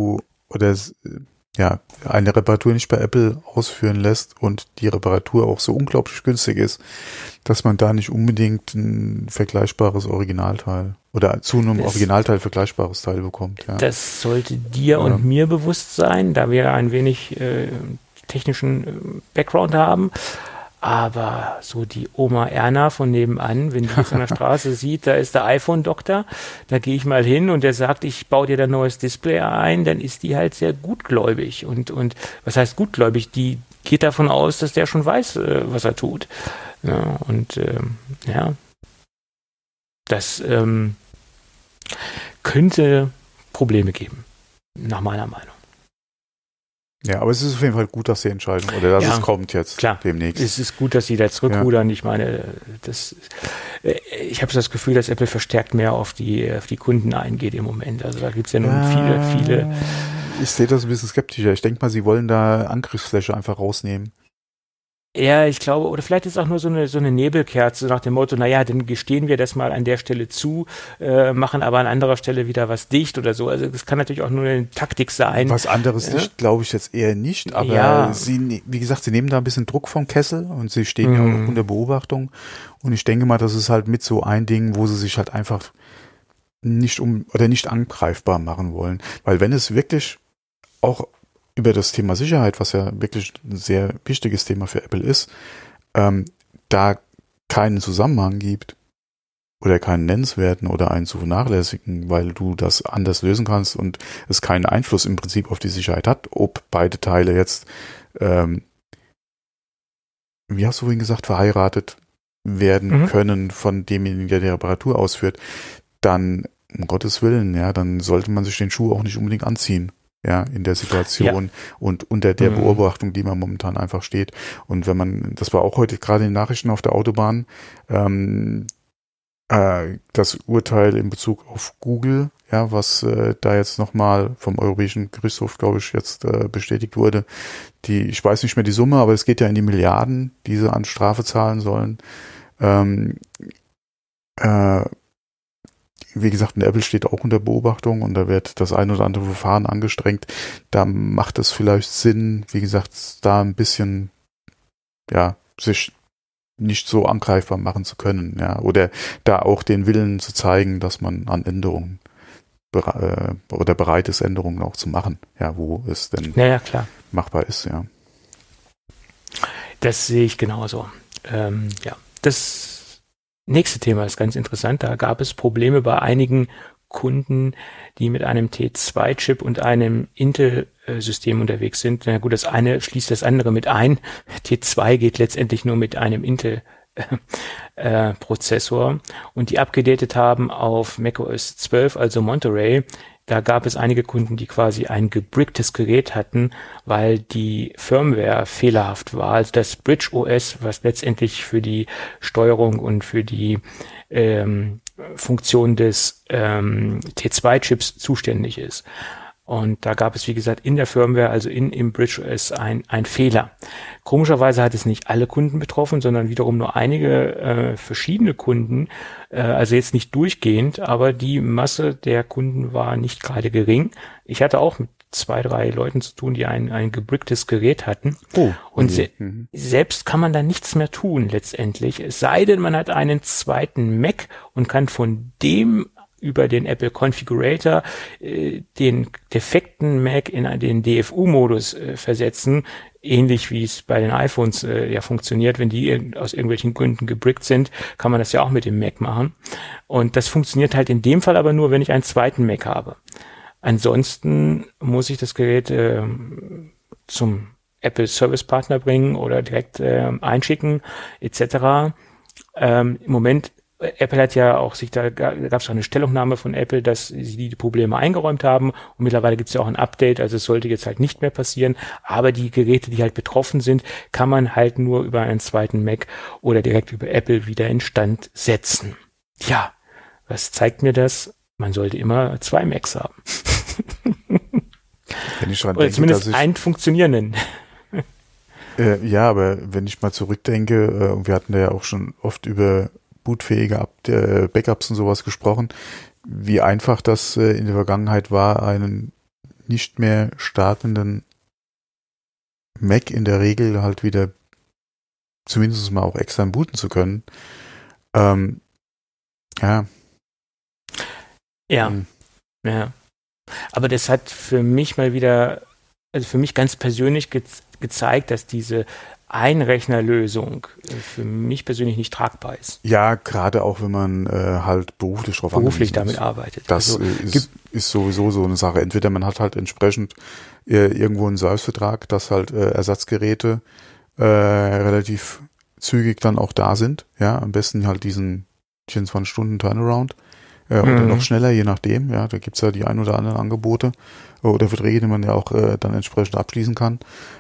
eine Reparatur nicht bei Apple ausführen lässt und die Reparatur auch so unglaublich günstig ist, dass man da nicht unbedingt ein vergleichbares Originalteil oder zu einem Originalteil vergleichbares Teil bekommt. Ja. Das sollte dir und mir bewusst sein, da wir ein wenig technischen Background haben. Aber so die Oma Erna von nebenan, wenn die jetzt an der Straße sieht, da ist der iPhone-Doktor, da gehe ich mal hin und der sagt, ich baue dir da ein neues Display ein, dann ist die halt sehr gutgläubig. Und was heißt gutgläubig? Die geht davon aus, dass der schon weiß, was er tut. Ja, und das könnte Probleme geben, nach meiner Meinung. Ja, aber es ist auf jeden Fall gut, dass die Entscheidung oder dass es kommt jetzt klar, demnächst. Es ist gut, dass sie da zurückrudern. Ja. Ich meine, ich habe das Gefühl, dass Apple verstärkt mehr auf die Kunden eingeht im Moment. Also da gibt es ja nun viele. Ich sehe das ein bisschen skeptischer. Ich denke mal, sie wollen da Angriffsfläche einfach rausnehmen. Ja, ich glaube, oder vielleicht ist auch nur so eine Nebelkerze nach dem Motto, naja, dann gestehen wir das mal an der Stelle zu, machen aber an anderer Stelle wieder was dicht oder so. Also das kann natürlich auch nur eine Taktik sein. Was anderes dicht glaube ich jetzt eher nicht, aber sie, wie gesagt, sie nehmen da ein bisschen Druck vom Kessel und sie stehen ja auch unter Beobachtung und ich denke mal, das ist halt mit so ein Ding, wo sie sich halt einfach nicht nicht angreifbar machen wollen. Weil wenn es wirklich auch über das Thema Sicherheit, was ja wirklich ein sehr wichtiges Thema für Apple ist, da keinen Zusammenhang gibt oder keinen nennenswerten oder einen zu vernachlässigen, weil du das anders lösen kannst und es keinen Einfluss im Prinzip auf die Sicherheit hat, ob beide Teile jetzt, wie hast du vorhin gesagt, verheiratet werden können von demjenigen, der die Reparatur ausführt, dann, um Gottes Willen, ja, dann sollte man sich den Schuh auch nicht unbedingt anziehen, ja, in der Situation und unter der Beobachtung, die man momentan einfach steht. Und wenn man, das war auch heute gerade in den Nachrichten auf der Autobahn, das Urteil in Bezug auf Google, ja, was da jetzt nochmal vom Europäischen Gerichtshof, glaube ich, jetzt bestätigt wurde. Ich weiß nicht mehr die Summe, aber es geht ja in die Milliarden, die sie an Strafe zahlen sollen. Wie gesagt, in Apple steht auch unter Beobachtung und da wird das ein oder andere Verfahren angestrengt. Da macht es vielleicht Sinn, wie gesagt, da ein bisschen, ja, sich nicht so angreifbar machen zu können, ja, oder da auch den Willen zu zeigen, dass man an Änderungen oder bereit ist, Änderungen auch zu machen, ja, wo es denn klar machbar ist, ja. Das sehe ich genauso. Das nächste Thema ist ganz interessant. Da gab es Probleme bei einigen Kunden, die mit einem T2-Chip und einem Intel-System unterwegs sind. Na gut, das eine schließt das andere mit ein. T2 geht letztendlich nur mit einem Intel-Prozessor und die abgedatet haben auf macOS 12, also Monterey. Da gab es einige Kunden, die quasi ein gebricktes Gerät hatten, weil die Firmware fehlerhaft war. Also das Bridge OS, was letztendlich für die Steuerung und für die Funktion des T2-Chips zuständig ist. Und da gab es, wie gesagt, in der Firmware, also im Bridge OS, ein Fehler. Komischerweise hat es nicht alle Kunden betroffen, sondern wiederum nur einige verschiedene Kunden, also jetzt nicht durchgehend, aber die Masse der Kunden war nicht gerade gering. Ich hatte auch mit 2, 3 Leuten zu tun, die ein gebricktes Gerät hatten. Und selbst kann man da nichts mehr tun letztendlich. Es sei denn, man hat einen zweiten Mac und kann von dem über den Apple Configurator den defekten Mac in den DFU-Modus versetzen, ähnlich wie es bei den iPhones funktioniert. Wenn die aus irgendwelchen Gründen gebrickt sind, kann man das ja auch mit dem Mac machen. Und das funktioniert halt in dem Fall aber nur, wenn ich einen zweiten Mac habe. Ansonsten muss ich das Gerät zum Apple Service Partner bringen oder direkt einschicken etc. Im Moment, Apple hat ja auch da gab es auch eine Stellungnahme von Apple, dass sie die Probleme eingeräumt haben und mittlerweile gibt es ja auch ein Update, also es sollte jetzt halt nicht mehr passieren, aber die Geräte, die halt betroffen sind, kann man halt nur über einen zweiten Mac oder direkt über Apple wieder instand setzen. Ja, was zeigt mir das? Man sollte immer 2 Macs haben. Wenn ich dran oder denke, zumindest einen funktionierenden. Ja, aber wenn ich mal zurückdenke, wir hatten ja auch schon oft über bootfähige Backups und sowas gesprochen, wie einfach das in der Vergangenheit war, einen nicht mehr startenden Mac in der Regel halt wieder zumindest mal auch extern booten zu können. Ja. Aber das hat für mich mal wieder, also für mich ganz persönlich gezeigt, dass diese Einrechnerlösung für mich persönlich nicht tragbar ist. Ja, gerade auch wenn man halt beruflich damit arbeitet. Das ist sowieso so eine Sache. Entweder man hat halt entsprechend irgendwo einen Servicevertrag, dass halt Ersatzgeräte relativ zügig dann auch da sind. Ja, am besten halt diesen 24-Stunden-Turnaround oder noch schneller, je nachdem. Ja, da gibt's ja die ein oder anderen Angebote oder Verträge, die man ja auch dann entsprechend abschließen kann.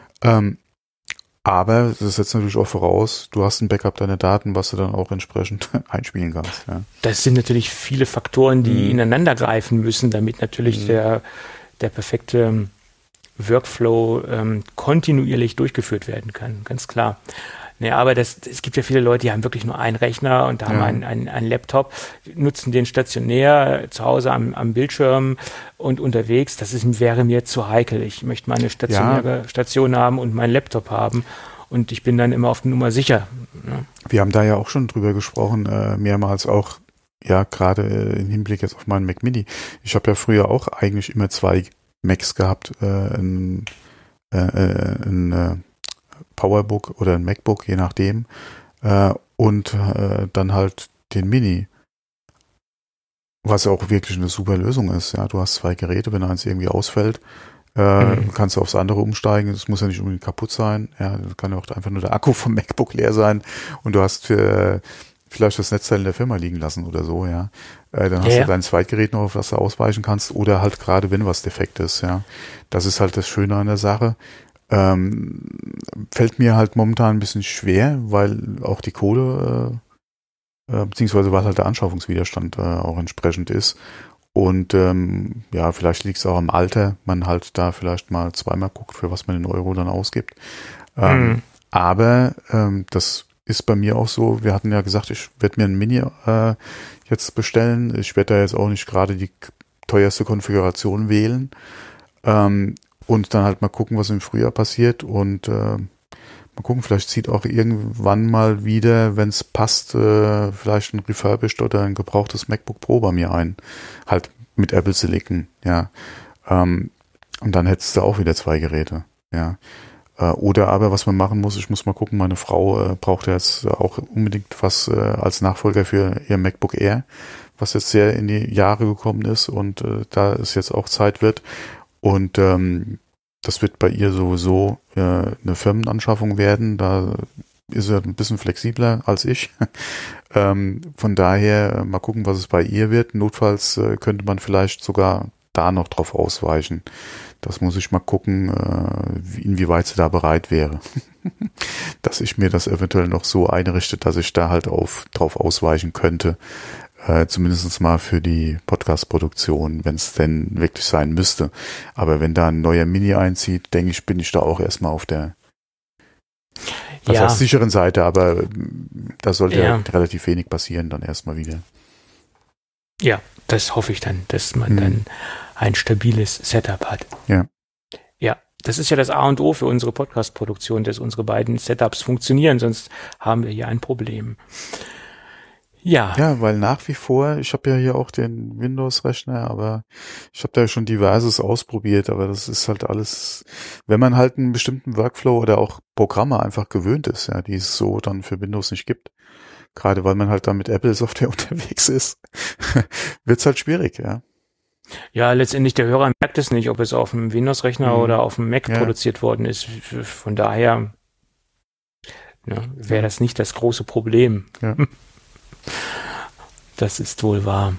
Aber das setzt natürlich auch voraus, du hast ein Backup deiner Daten, was du dann auch entsprechend einspielen kannst. Ja. Das sind natürlich viele Faktoren, die ineinander greifen müssen, damit natürlich der perfekte Workflow kontinuierlich durchgeführt werden kann, ganz klar. Ja, aber es gibt ja viele Leute, die haben wirklich nur einen Rechner und da haben einen Laptop, nutzen den stationär zu Hause am Bildschirm und unterwegs. Wäre mir zu heikel. Ich möchte meine stationäre Station haben und meinen Laptop haben und ich bin dann immer auf die Nummer sicher. Ja. Wir haben da ja auch schon drüber gesprochen, mehrmals auch ja, gerade im Hinblick jetzt auf meinen Mac Mini. Ich habe ja früher auch eigentlich immer 2 Macs gehabt, ein Powerbook oder ein MacBook, je nachdem, und dann halt den Mini, was ja auch wirklich eine super Lösung ist. Ja, du hast 2 Geräte, wenn eins irgendwie ausfällt, kannst du aufs andere umsteigen. Das muss ja nicht unbedingt kaputt sein. Ja, das kann ja auch einfach nur der Akku vom MacBook leer sein und du hast vielleicht das Netzteil in der Firma liegen lassen oder so, ja. Dann hast du dein Zweitgerät noch, auf das du ausweichen kannst, oder halt gerade, wenn was defekt ist, ja. Das ist halt das Schöne an der Sache. Fällt mir halt momentan ein bisschen schwer, weil auch die Kohle, beziehungsweise weil halt der Anschaffungswiderstand auch entsprechend ist. Und ja, vielleicht liegt es auch am Alter, man halt da vielleicht mal zweimal guckt, für was man den Euro dann ausgibt. Aber das ist bei mir auch so, wir hatten ja gesagt, ich werde mir ein Mini jetzt bestellen. Ich werde da jetzt auch nicht gerade die teuerste Konfiguration wählen. Und dann halt mal gucken, was im Frühjahr passiert. Und mal gucken, vielleicht zieht auch irgendwann mal wieder, wenn es passt, vielleicht ein refurbished oder ein gebrauchtes MacBook Pro bei mir ein. Halt mit Apple Silicon, ja. Und dann hättest du auch wieder 2 Geräte, ja. Oder aber, was man machen muss, ich muss mal gucken, meine Frau braucht ja jetzt auch unbedingt was als Nachfolger für ihr MacBook Air, was jetzt sehr in die Jahre gekommen ist und da es jetzt auch Zeit wird. Und das wird bei ihr sowieso eine Firmenanschaffung werden. Da ist er ein bisschen flexibler als ich. Von daher mal gucken, was es bei ihr wird. Notfalls könnte man vielleicht sogar da noch drauf ausweichen. Das muss ich mal gucken, inwieweit sie da bereit wäre. Dass ich mir das eventuell noch so einrichte, dass ich da halt drauf ausweichen könnte. Zumindest mal für die Podcast-Produktion, wenn es denn wirklich sein müsste. Aber wenn da ein neuer Mini einzieht, denke ich, bin ich da auch erstmal auf der sicheren Seite, aber da sollte ja relativ wenig passieren dann erstmal wieder. Ja, das hoffe ich dann, dass man dann ein stabiles Setup hat. Ja. Ja, das ist ja das A und O für unsere Podcast-Produktion, dass unsere beiden Setups funktionieren, sonst haben wir hier ein Problem. Ja. Ja, weil nach wie vor, ich habe ja hier auch den Windows-Rechner, aber ich habe da schon diverses ausprobiert, aber das ist halt alles, wenn man halt einen bestimmten Workflow oder auch Programme einfach gewöhnt ist, ja, die es so dann für Windows nicht gibt, gerade weil man halt dann mit Apple-Software unterwegs ist, wird's halt schwierig, ja. Ja, letztendlich der Hörer merkt es nicht, ob es auf dem Windows-Rechner oder auf dem Mac produziert worden ist. Von daher wäre das nicht das große Problem. Ja. Das ist wohl wahr.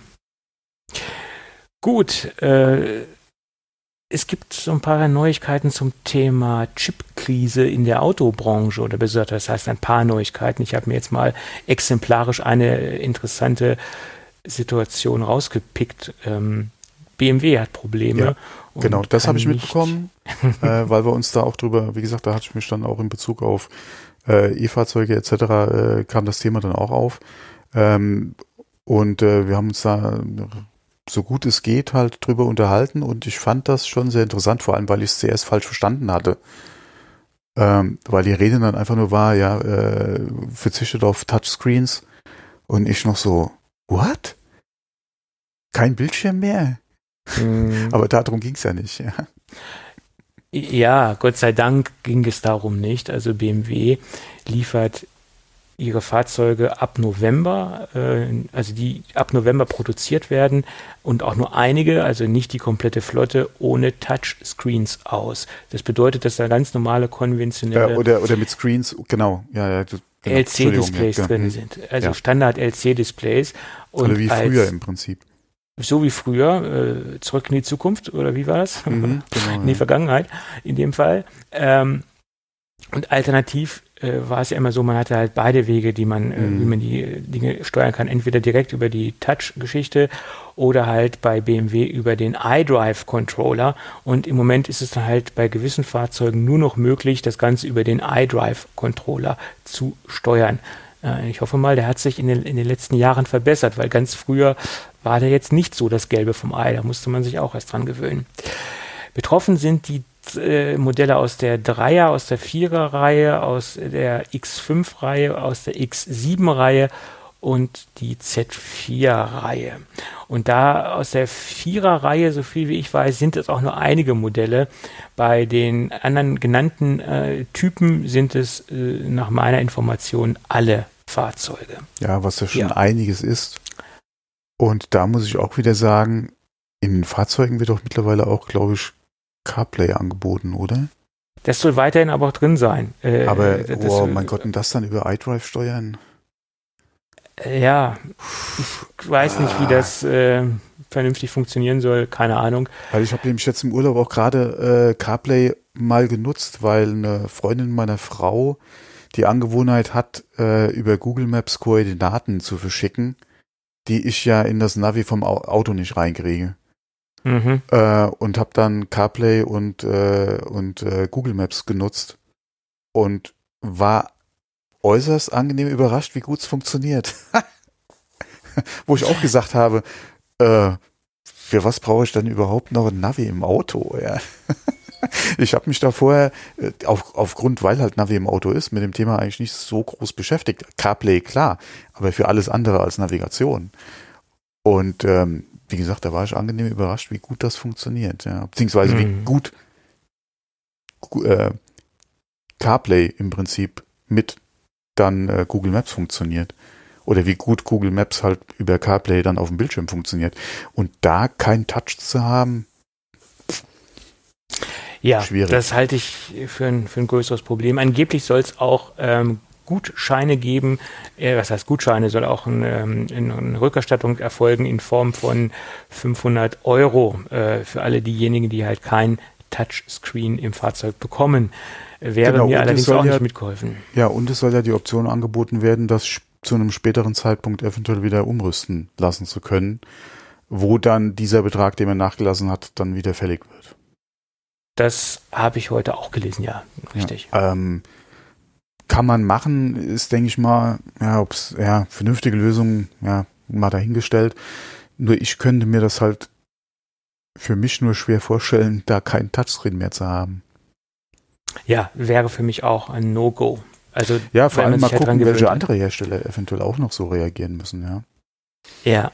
Gut, es gibt so ein paar Neuigkeiten zum Thema Chip-Krise in der Autobranche oder besser, das heißt ein paar Neuigkeiten. Ich habe mir jetzt mal exemplarisch eine interessante Situation rausgepickt. BMW hat Probleme. Ja, genau, das habe ich mitbekommen, weil wir uns da auch drüber, wie gesagt, da hatte ich mich dann auch in Bezug auf E-Fahrzeuge etc. Kam das Thema dann auch auf. Und wir haben uns da so gut es geht halt drüber unterhalten und ich fand das schon sehr interessant, vor allem weil ich es zuerst falsch verstanden hatte. Weil die Rede dann einfach nur war, verzichtet auf Touchscreens und ich noch so, what? Kein Bildschirm mehr? Aber darum ging es ja nicht. Ja. Ja, Gott sei Dank ging es darum nicht. Also BMW liefert ihre Fahrzeuge ab November, also die ab November produziert werden und auch nur einige, also nicht die komplette Flotte, ohne Touchscreens aus. Das bedeutet, dass da ganz normale, konventionelle oder mit Screens, genau. Genau. LC-Displays drin sind. Also Standard-LC-Displays. Oder wie früher im Prinzip. So wie früher, zurück in die Zukunft, oder wie war das? Genau, in die Vergangenheit, in dem Fall. Und alternativ war es ja immer so, man hatte halt beide Wege, wie man die Dinge steuern kann. Entweder direkt über die Touch-Geschichte oder halt bei BMW über den iDrive-Controller. Und im Moment ist es dann halt bei gewissen Fahrzeugen nur noch möglich, das Ganze über den iDrive-Controller zu steuern. Ich hoffe mal, der hat sich in den letzten Jahren verbessert, weil ganz früher war der jetzt nicht so das Gelbe vom Ei. Da musste man sich auch erst dran gewöhnen. Betroffen sind die Modelle aus der 3er, aus der 4er-Reihe, aus der X5-Reihe, aus der X7-Reihe und die Z4-Reihe. Und da aus der 4er-Reihe, so viel wie ich weiß, sind es auch nur einige Modelle. Bei den anderen genannten Typen sind es nach meiner Information alle Fahrzeuge. Ja, was ja schon einiges ist. Und da muss ich auch wieder sagen, in den Fahrzeugen wird doch mittlerweile auch, glaube ich, CarPlay angeboten, oder? Das soll weiterhin aber auch drin sein. Aber, mein Gott, und das dann über iDrive steuern? Ja, ich weiß nicht, wie das vernünftig funktionieren soll, keine Ahnung. Weil ich habe nämlich jetzt im Urlaub auch gerade CarPlay mal genutzt, weil eine Freundin meiner Frau die Angewohnheit hat, über Google Maps Koordinaten zu verschicken, die ich ja in das Navi vom Auto nicht reinkriege. Und habe dann CarPlay und Google Maps genutzt und war äußerst angenehm überrascht, wie gut es funktioniert. Wo ich auch gesagt habe, für was brauche ich denn überhaupt noch ein Navi im Auto? Ja. Ich habe mich da vorher, aufgrund, weil halt Navi im Auto ist, mit dem Thema eigentlich nicht so groß beschäftigt. CarPlay, klar, aber für alles andere als Navigation. Und wie gesagt, da war ich angenehm überrascht, wie gut das funktioniert. Ja. Beziehungsweise wie gut CarPlay im Prinzip mit dann Google Maps funktioniert. Oder wie gut Google Maps halt über CarPlay dann auf dem Bildschirm funktioniert. Und da keinen Touch zu haben, ja, schwierig. Das halte ich für ein größeres Problem. Angeblich soll es auch Gutscheine geben. Was heißt Gutscheine? Soll auch eine Rückerstattung erfolgen in Form von 500 € für alle diejenigen, die halt kein Touchscreen im Fahrzeug bekommen. Wäre mir allerdings auch nicht mitgeholfen. Ja, und es soll ja die Option angeboten werden, das zu einem späteren Zeitpunkt eventuell wieder umrüsten lassen zu können, wo dann dieser Betrag, den man nachgelassen hat, dann wieder fällig wird. Das habe ich heute auch gelesen, ja, richtig. Ja, kann man machen, ist, denke ich mal, ob es vernünftige Lösungen, mal dahingestellt. Nur ich könnte mir das halt für mich nur schwer vorstellen, da kein Touchscreen mehr zu haben. Ja, wäre für mich auch ein No-Go. Also, ja, vor allem mal gucken, welche andere Hersteller eventuell auch noch so reagieren müssen, ja. Ja.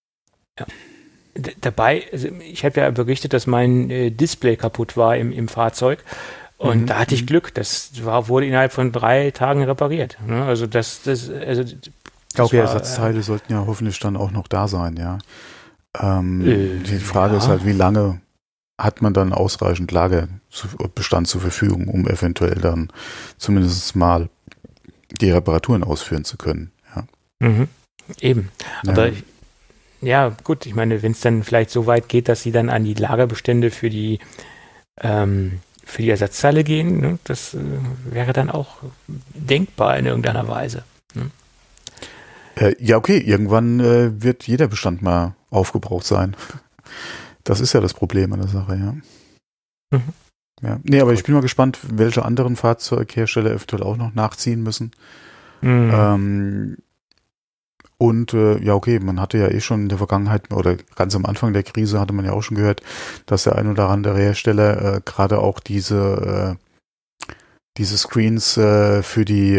Dabei, also ich habe ja berichtet, dass mein Display kaputt war im Fahrzeug. Und da hatte ich Glück. Das wurde innerhalb von 3 Tagen repariert. Ne? Also auch Ersatzteile sollten ja hoffentlich dann auch noch da sein, ja. Die Frage ist halt, wie lange hat man dann ausreichend Lagerbestand zur Verfügung, um eventuell dann zumindest mal die Reparaturen ausführen zu können. Ja. Eben. Aber gut, ich meine, wenn es dann vielleicht so weit geht, dass sie dann an die Lagerbestände für die Ersatzteile gehen, ne, das wäre dann auch denkbar in irgendeiner Weise. Ne? Ja, okay, irgendwann wird jeder Bestand mal aufgebraucht sein. Das ist ja das Problem an der Sache, ja. Ja. Nee, aber ich bin mal gespannt, welche anderen Fahrzeughersteller eventuell auch noch nachziehen müssen. Und okay, man hatte ja schon in der Vergangenheit oder ganz am Anfang der Krise hatte man ja auch schon gehört, dass der ein oder andere Hersteller gerade auch diese Screens für die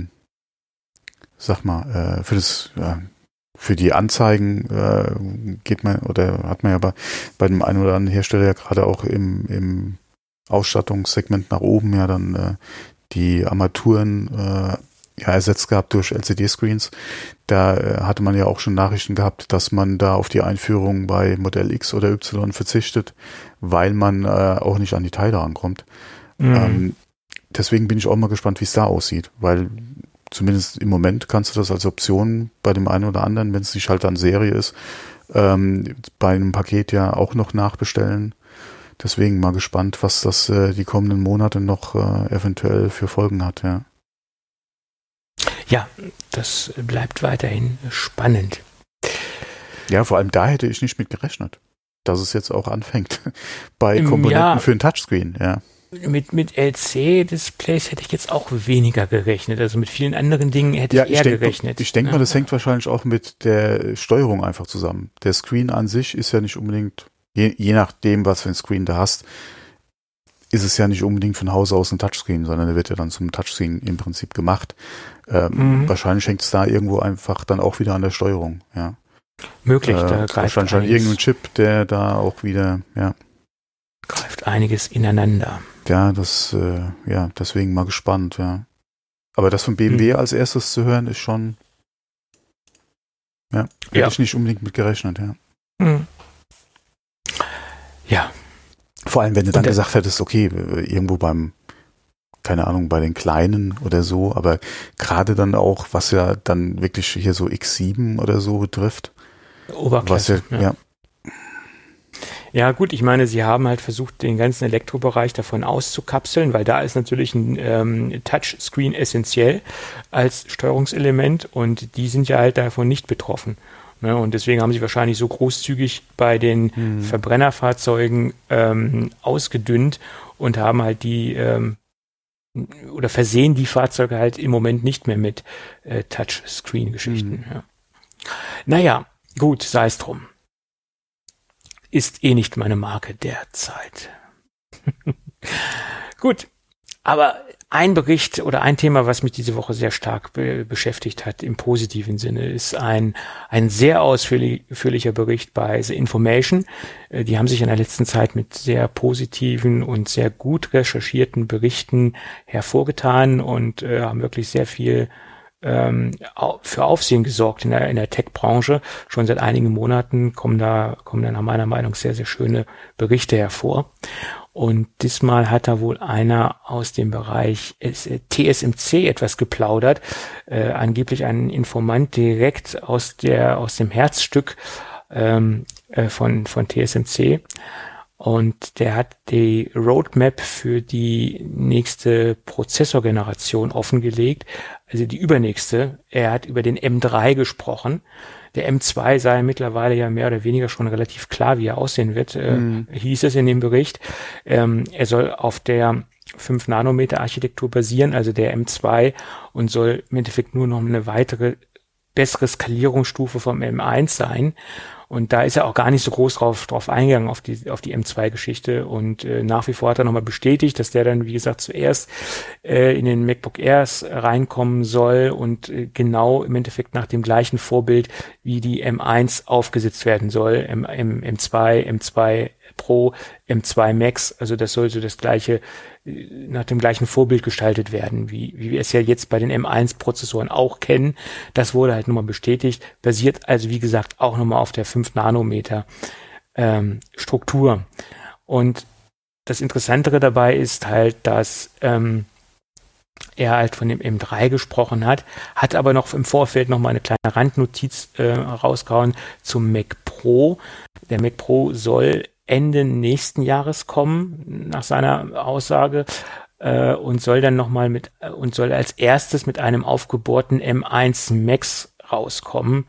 für die Anzeigen hat man ja bei dem einen oder anderen Hersteller ja gerade auch im Ausstattungssegment nach oben ja dann die Armaturen ersetzt gehabt durch LCD-Screens. Da hatte man ja auch schon Nachrichten gehabt, dass man da auf die Einführung bei Modell X oder Y verzichtet, weil man auch nicht an die Teile rankommt. Deswegen bin ich auch mal gespannt, wie es da aussieht, weil zumindest im Moment kannst du das als Option bei dem einen oder anderen, wenn es nicht halt an Serie ist, bei einem Paket ja auch noch nachbestellen. Deswegen mal gespannt, was das die kommenden Monate noch eventuell für Folgen hat, ja. Ja, das bleibt weiterhin spannend. Ja, vor allem da hätte ich nicht mit gerechnet, dass es jetzt auch anfängt bei Komponenten für ein Touchscreen, ja. Mit LC-Displays hätte ich jetzt auch weniger gerechnet. Also mit vielen anderen Dingen hätte ich eher gerechnet. Ich denke mal, das hängt wahrscheinlich auch mit der Steuerung einfach zusammen. Der Screen an sich ist ja nicht unbedingt, je nachdem, was für ein Screen du hast, ist es ja nicht unbedingt von Haus aus ein Touchscreen, sondern der wird ja dann zum Touchscreen im Prinzip gemacht. Wahrscheinlich hängt es da irgendwo einfach dann auch wieder an der Steuerung, ja. Möglich, da greift wahrscheinlich an irgendein Chip, der da auch wieder, ja. Greift einiges ineinander. Ja, deswegen mal gespannt, ja. Aber das von BMW als erstes zu hören, ist schon, ja, hätte ich nicht unbedingt mit gerechnet, ja. Ja. Vor allem, wenn du dann gesagt hättest, okay, irgendwo keine Ahnung, bei den Kleinen oder so, aber gerade dann auch, was ja dann wirklich hier so X7 oder so betrifft. Oberklasse, Ja gut, ich meine, sie haben halt versucht, den ganzen Elektrobereich davon auszukapseln, weil da ist natürlich ein Touchscreen essentiell als Steuerungselement und die sind ja halt davon nicht betroffen. Ne? Und deswegen haben sie wahrscheinlich so großzügig bei den Verbrennerfahrzeugen ausgedünnt und haben halt oder versehen die Fahrzeuge halt im Moment nicht mehr mit Touchscreen-Geschichten. Ja. Naja, gut, sei es drum. Ist eh nicht meine Marke derzeit. Gut, aber ein Bericht oder ein Thema, was mich diese Woche sehr stark beschäftigt hat, im positiven Sinne, ist ein sehr ausführlicher Bericht bei The Information. Die haben sich in der letzten Zeit mit sehr positiven und sehr gut recherchierten Berichten hervorgetan und haben wirklich sehr viel für Aufsehen gesorgt in der Tech-Branche. Schon seit einigen Monaten kommen da nach meiner Meinung sehr, sehr schöne Berichte hervor. Und diesmal hat da wohl einer aus dem Bereich TSMC etwas geplaudert, angeblich ein Informant direkt aus dem Herzstück von TSMC. Und der hat die Roadmap für die nächste Prozessorgeneration offengelegt, also die übernächste. Er hat über den M3 gesprochen. Der M2 sei mittlerweile ja mehr oder weniger schon relativ klar, wie er aussehen wird, hieß es in dem Bericht. Er soll auf der 5-Nanometer-Architektur basieren, also der M2, und soll im Endeffekt nur noch eine weitere, bessere Skalierungsstufe vom M1 sein. Und da ist er auch gar nicht so groß drauf eingegangen, auf die M2-Geschichte. Und nach wie vor hat er nochmal bestätigt, dass der dann, wie gesagt, zuerst in den MacBook Airs reinkommen soll und genau im Endeffekt nach dem gleichen Vorbild wie die M1 aufgesetzt werden soll. M2, M2 Pro, M2 Max, also das soll so das gleiche, nach dem gleichen Vorbild gestaltet werden, wie wir es ja jetzt bei den M1-Prozessoren auch kennen. Das wurde halt nochmal bestätigt, basiert also wie gesagt auch nochmal auf der 5-Nanometer Struktur. Und das Interessantere dabei ist halt, dass er halt von dem M3 gesprochen hat aber noch im Vorfeld noch mal eine kleine Randnotiz rausgehauen zum Mac Pro. Der Mac Pro soll Ende nächsten Jahres kommen, nach seiner Aussage, und soll dann nochmal soll als erstes mit einem aufgebohrten M1 Max rauskommen.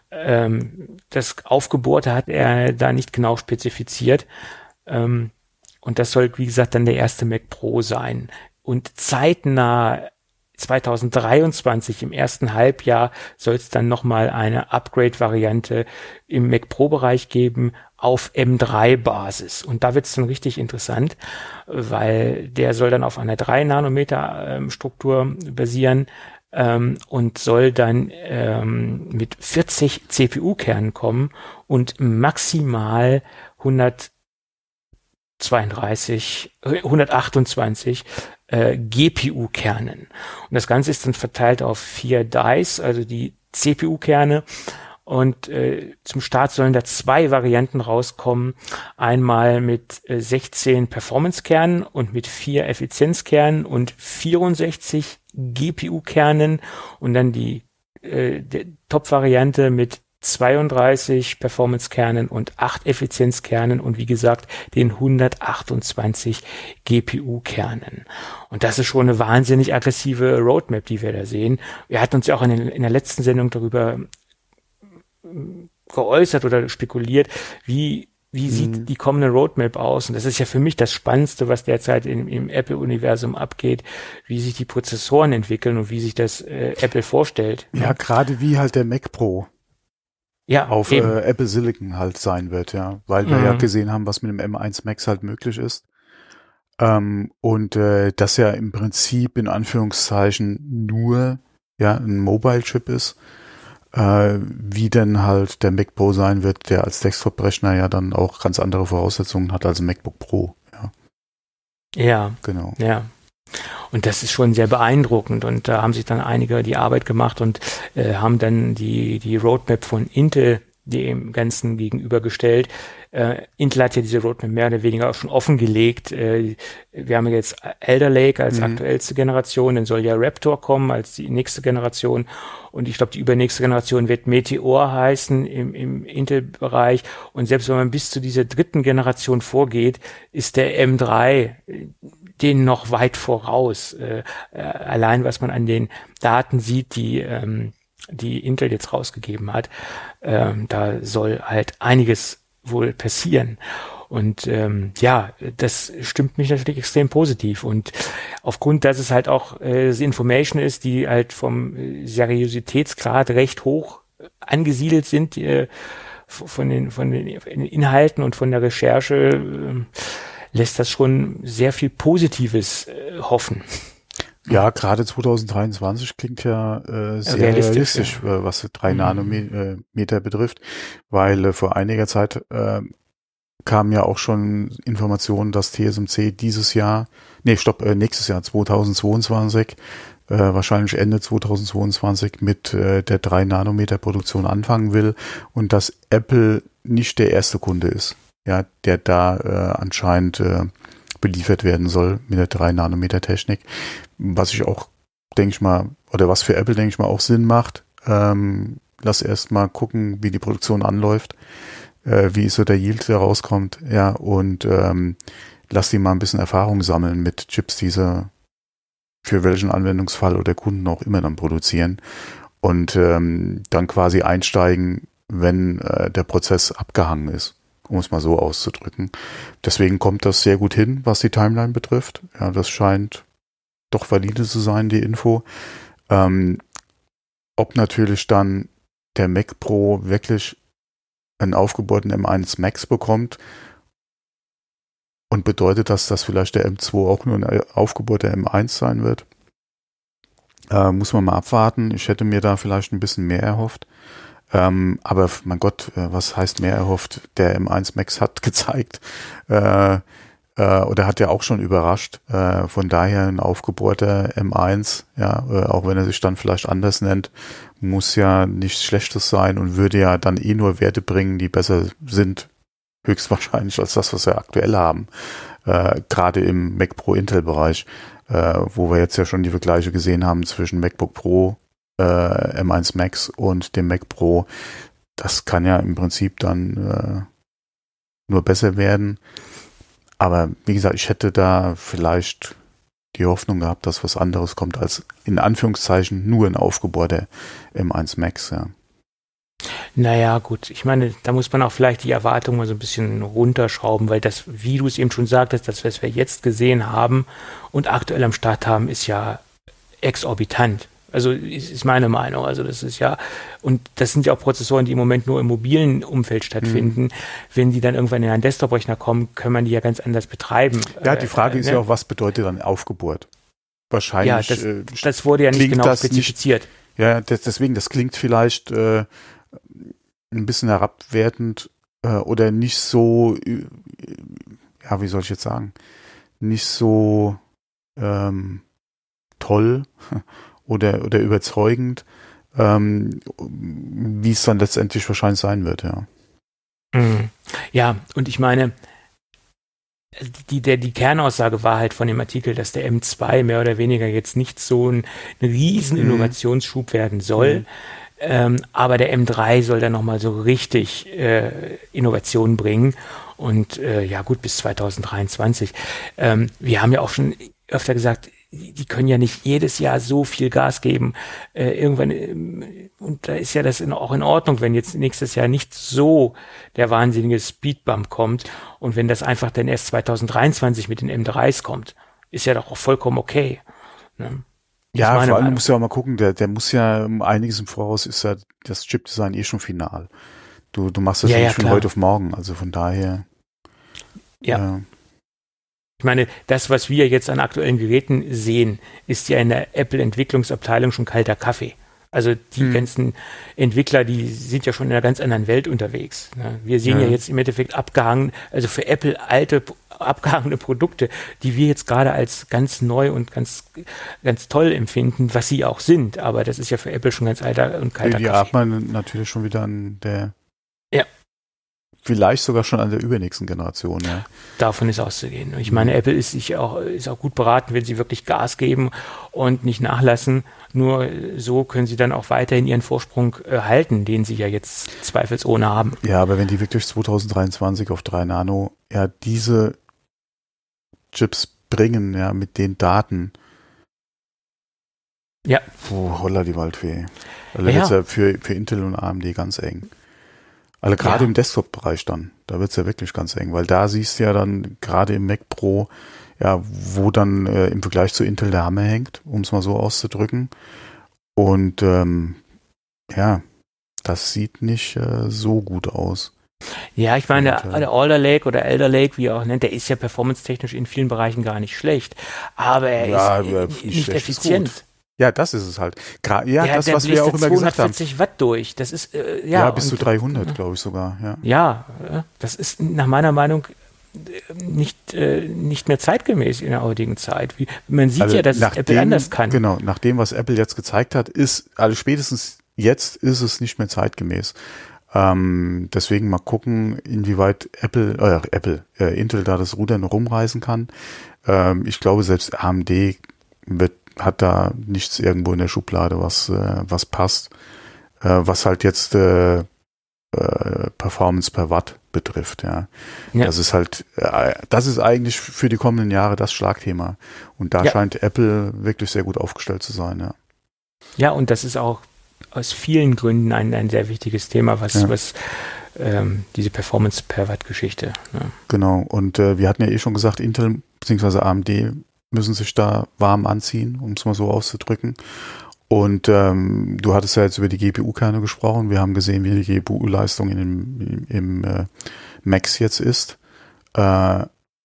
Das Aufgebohrte hat er da nicht genau spezifiziert. Und das soll, wie gesagt, dann der erste Mac Pro sein. Und zeitnah 2023 im ersten Halbjahr soll es dann nochmal eine Upgrade-Variante im Mac Pro-Bereich geben auf M3-Basis. Und da wird es dann richtig interessant, weil der soll dann auf einer 3-Nanometer-Struktur basieren und soll dann mit 40 CPU-Kernen kommen und maximal 128 GPU-Kernen. Und das Ganze ist dann verteilt auf 4 Dies, also die CPU-Kerne. Und zum Start sollen da 2 Varianten rauskommen. Einmal mit 16 Performance-Kernen und mit 4 Effizienzkernen und 64 GPU-Kernen. Und dann die Top-Variante mit 32 Performance-Kernen und 8 Effizienzkernen und wie gesagt den 128 GPU-Kernen. Und das ist schon eine wahnsinnig aggressive Roadmap, die wir da sehen. Wir hatten uns ja auch in der letzten Sendung darüber geäußert oder spekuliert, wie sieht die kommende Roadmap aus? Und das ist ja für mich das Spannendste, was derzeit im Apple-Universum abgeht, wie sich die Prozessoren entwickeln und wie sich das Apple vorstellt. Ja, gerade wie halt der Mac Pro auf eben. Apple Silicon halt sein wird, ja, weil wir ja gesehen haben, was mit dem M1 Max halt möglich ist. Und das ja im Prinzip in Anführungszeichen nur ein Mobile-Chip ist, wie denn halt der Mac Pro sein wird, der als Desktop-Rechner ja dann auch ganz andere Voraussetzungen hat als ein MacBook Pro. Ja, genau. Ja. Und das ist schon sehr beeindruckend und da haben sich dann einige die Arbeit gemacht und haben dann die Roadmap von Intel dem Ganzen gegenübergestellt. Intel hat ja diese Roadmap mehr oder weniger auch schon offengelegt. Wir haben jetzt Alder Lake als aktuellste Generation, dann soll ja Raptor kommen als die nächste Generation und ich glaube, die übernächste Generation wird Meteor heißen im Intel-Bereich und selbst wenn man bis zu dieser dritten Generation vorgeht, ist der M3 denen noch weit voraus. Allein was man an den Daten sieht, die Intel jetzt rausgegeben hat, da soll halt einiges wohl passieren. Und das stimmt mich natürlich extrem positiv. Und aufgrund, dass es halt auch Information ist, die halt vom Seriositätsgrad recht hoch angesiedelt sind, von den Inhalten und von der Recherche, lässt das schon sehr viel Positives hoffen. Ja, gerade 2023 klingt ja sehr realistisch, was 3 Nanometer betrifft, weil vor einiger Zeit kamen ja auch schon Informationen, dass TSMC nächstes Jahr 2022, wahrscheinlich Ende 2022 mit der 3 Nanometer Produktion anfangen will und dass Apple nicht der erste Kunde ist, ja, der da anscheinend beliefert werden soll mit der 3 Nanometer Technik, was ich auch, denke ich mal, oder was für Apple, denke ich mal, auch Sinn macht. Lass erst mal gucken, wie die Produktion anläuft, wie so der Yield da rauskommt, ja, und lass die mal ein bisschen Erfahrung sammeln mit Chips, die sie für welchen Anwendungsfall oder Kunden auch immer dann produzieren und dann quasi einsteigen, wenn der Prozess abgehangen ist, um es mal so auszudrücken. Deswegen kommt das sehr gut hin, was die Timeline betrifft. Ja, das scheint doch valide zu sein, die Info. Ob natürlich dann der Mac Pro wirklich einen aufgebohrten M1 Max bekommt und bedeutet das, dass vielleicht der M2 auch nur ein aufgebohrter M1 sein wird, muss man mal abwarten. Ich hätte mir da vielleicht ein bisschen mehr erhofft. Aber mein Gott, was heißt mehr erhofft? Der M1 Max hat gezeigt oder hat ja auch schon überrascht. Von daher ein aufgebohrter M1, ja, auch wenn er sich dann vielleicht anders nennt, muss ja nichts Schlechtes sein und würde ja dann nur Werte bringen, die besser sind, höchstwahrscheinlich als das, was wir aktuell haben. Gerade im Mac Pro Intel Bereich, wo wir jetzt ja schon die Vergleiche gesehen haben zwischen MacBook Pro, M1 Max und dem Mac Pro. Das kann ja im Prinzip dann nur besser werden. Aber wie gesagt, ich hätte da vielleicht die Hoffnung gehabt, dass was anderes kommt als in Anführungszeichen nur ein aufgebohrter M1 Max. Ja. Naja, gut. Ich meine, da muss man auch vielleicht die Erwartungen mal so ein bisschen runterschrauben, weil das, wie du es eben schon sagtest, das, was wir jetzt gesehen haben und aktuell am Start haben, ist ja exorbitant. Also ist meine Meinung. Also das ist ja, und das sind ja auch Prozessoren, die im Moment nur im mobilen Umfeld stattfinden. Wenn die dann irgendwann in einen Desktop-Rechner kommen, kann man die ja ganz anders betreiben. Ja, die Frage ist ja auch, was bedeutet dann aufgebohrt? Wahrscheinlich. Ja, das wurde ja nicht genau spezifiziert. Ja, deswegen, das klingt vielleicht ein bisschen herabwertend oder nicht so, ja, wie soll ich jetzt sagen, nicht so toll oder überzeugend, wie es dann letztendlich wahrscheinlich sein wird, ja. Ja, und ich meine, die Kernaussage war halt von dem Artikel, dass der M2 mehr oder weniger jetzt nicht so ein riesen Innovationsschub werden soll, aber der M3 soll dann nochmal so richtig Innovation bringen und ja gut, bis 2023. Wir haben ja auch schon öfter gesagt, die können ja nicht jedes Jahr so viel Gas geben. Irgendwann, und da ist ja das auch in Ordnung, wenn jetzt nächstes Jahr nicht so der wahnsinnige Speedbump kommt und wenn das einfach dann erst 2023 mit den M3s kommt, ist ja doch auch vollkommen okay. Ne? Ja, vor allem muss ja auch mal gucken, der muss ja einiges im Voraus, ist ja das Chipdesign schon final. Du machst das ja nicht von heute auf morgen, also von daher. Ja. Ich meine, das, was wir jetzt an aktuellen Geräten sehen, ist ja in der Apple-Entwicklungsabteilung schon kalter Kaffee. Also die ganzen Entwickler, die sind ja schon in einer ganz anderen Welt unterwegs. Ne? Wir sehen ja jetzt im Endeffekt also für Apple abgehangene Produkte, die wir jetzt gerade als ganz neu und ganz, ganz toll empfinden, was sie auch sind. Aber das ist ja für Apple schon ganz alter und kalter Kaffee. Die hat man natürlich schon wieder an der vielleicht sogar schon an der übernächsten Generation. Ja. Davon ist auszugehen. Ich meine, Apple ist auch gut beraten, wenn sie wirklich Gas geben und nicht nachlassen. Nur so können sie dann auch weiterhin ihren Vorsprung halten, den sie ja jetzt zweifelsohne haben. Ja, aber wenn die wirklich 2023 auf 3 Nano diese Chips bringen, mit den Daten. Ja. Holla die Waldfee. Also wird's ja für Intel und AMD ganz eng. Also gerade im Desktop-Bereich dann, da wird's ja wirklich ganz eng, weil da siehst du ja dann gerade im Mac Pro, wo dann im Vergleich zu Intel der Hammer hängt, um es mal so auszudrücken. Und das sieht nicht so gut aus. Ja, ich meine, der Alder Lake oder Elder Lake, wie er auch nennt, der ist ja performance-technisch in vielen Bereichen gar nicht schlecht. Aber er ist nicht effizient. Ja, das ist es halt. Das, was wir auch immer gesagt haben. 240 Watt durch. Das ist, bis zu 300, glaube ich sogar. Ja, das ist nach meiner Meinung nicht mehr zeitgemäß in der heutigen Zeit. Man sieht ja, dass Apple anders kann. Genau, nach dem, was Apple jetzt gezeigt hat, spätestens jetzt ist es nicht mehr zeitgemäß. Deswegen mal gucken, inwieweit Intel da das Ruder noch rumreißen kann. Ich glaube, selbst AMD hat da nichts irgendwo in der Schublade, was passt, was halt jetzt Performance per Watt betrifft. Ja. Das ist halt, das ist eigentlich für die kommenden Jahre das Schlagthema. Und da scheint Apple wirklich sehr gut aufgestellt zu sein. Ja, ja, und das ist auch aus vielen Gründen ein sehr wichtiges Thema, was diese Performance per Watt Geschichte. Ne? Genau. Und wir hatten ja schon gesagt, Intel bzw. AMD müssen sich da warm anziehen, um es mal so auszudrücken. Und du hattest ja jetzt über die GPU-Kerne gesprochen. Wir haben gesehen, wie die GPU-Leistung im Max jetzt ist. Da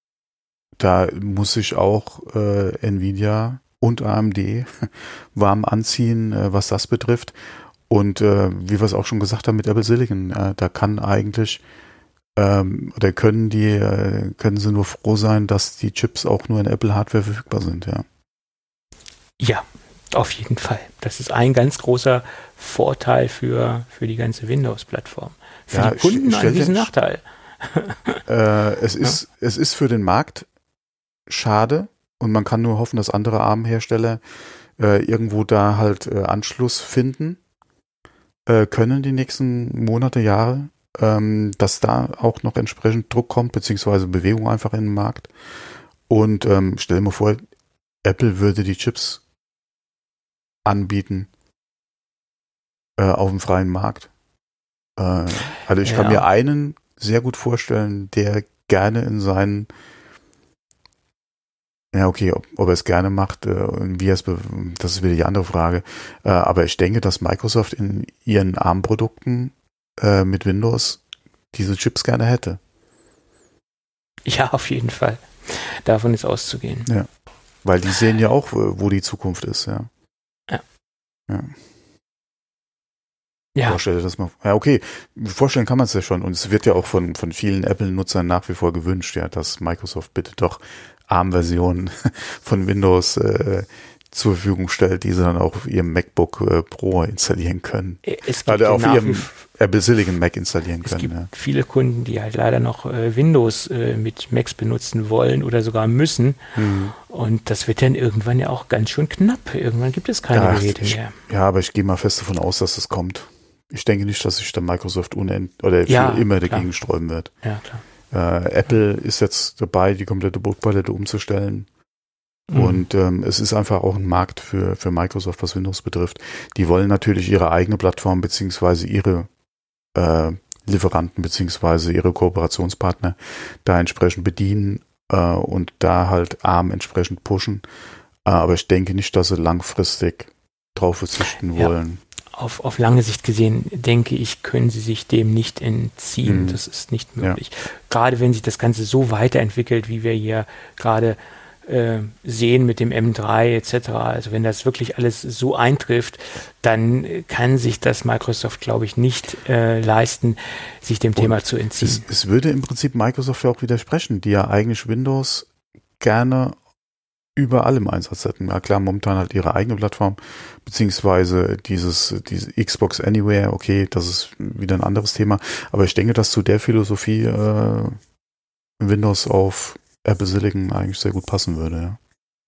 muss sich auch Nvidia und AMD warm anziehen, was das betrifft. Und wie wir es auch schon gesagt haben mit Apple Silicon, da kann eigentlich oder können sie nur froh sein, dass die Chips auch nur in Apple Hardware verfügbar sind, Ja, auf jeden Fall. Das ist ein ganz großer Vorteil für die ganze Windows-Plattform. Für die Kunden ein riesen Nachteil. Es ist für den Markt schade und man kann nur hoffen, dass andere ARM-Hersteller irgendwo da halt Anschluss finden können die nächsten Monate, Jahre, dass da auch noch entsprechend Druck kommt, beziehungsweise Bewegung einfach in den Markt. Und stell dir mal vor, Apple würde die Chips anbieten auf dem freien Markt. Also ich kann mir einen sehr gut vorstellen, der gerne in seinen ob er es gerne macht und wie er es, das ist wieder die andere Frage. Aber ich denke, dass Microsoft in ihren ARM-Produkten mit Windows diese Chips gerne hätte. Ja, auf jeden Fall. Davon ist auszugehen. Ja, weil die sehen ja auch, wo die Zukunft ist. Ja. Vorstelle das mal. Ja, okay. Vorstellen kann man es ja schon. Und es wird ja auch von vielen Apple-Nutzern nach wie vor gewünscht, dass Microsoft bitte doch ARM-Versionen von Windows zur Verfügung stellt, die sie dann auch auf ihrem MacBook Pro installieren können. Oder auf ihrem Apple Silicon Mac installieren können. Es gibt viele Kunden, die halt leider noch Windows mit Macs benutzen wollen oder sogar müssen. Und das wird dann irgendwann ja auch ganz schön knapp. Irgendwann gibt es keine Geräte mehr. Ja, aber ich gehe mal fest davon aus, dass das kommt. Ich denke nicht, dass sich da Microsoft für immer dagegen sträuben wird. Ja, klar. Apple ist jetzt dabei, die komplette Produktpalette umzustellen. Und es ist einfach auch ein Markt für Microsoft, was Windows betrifft. Die wollen natürlich ihre eigene Plattform beziehungsweise ihre Lieferanten beziehungsweise ihre Kooperationspartner da entsprechend bedienen und da halt ARM entsprechend pushen. Aber ich denke nicht, dass sie langfristig drauf verzichten wollen. auf lange Sicht gesehen, denke ich, können sie sich dem nicht entziehen. Das ist nicht möglich. Ja. Gerade wenn sich das Ganze so weiterentwickelt, wie wir hier gerade sehen mit dem M3 etc. Also wenn das wirklich alles so eintrifft, dann kann sich das Microsoft, glaube ich, nicht leisten, sich dem Thema zu entziehen. Es würde im Prinzip Microsoft ja auch widersprechen, die ja eigentlich Windows gerne überall im Einsatz hätten. Ja klar, momentan halt ihre eigene Plattform, beziehungsweise diese Xbox Anywhere, okay, das ist wieder ein anderes Thema, aber ich denke, dass zu der Philosophie Windows auf Apple Silicon eigentlich sehr gut passen würde, ja.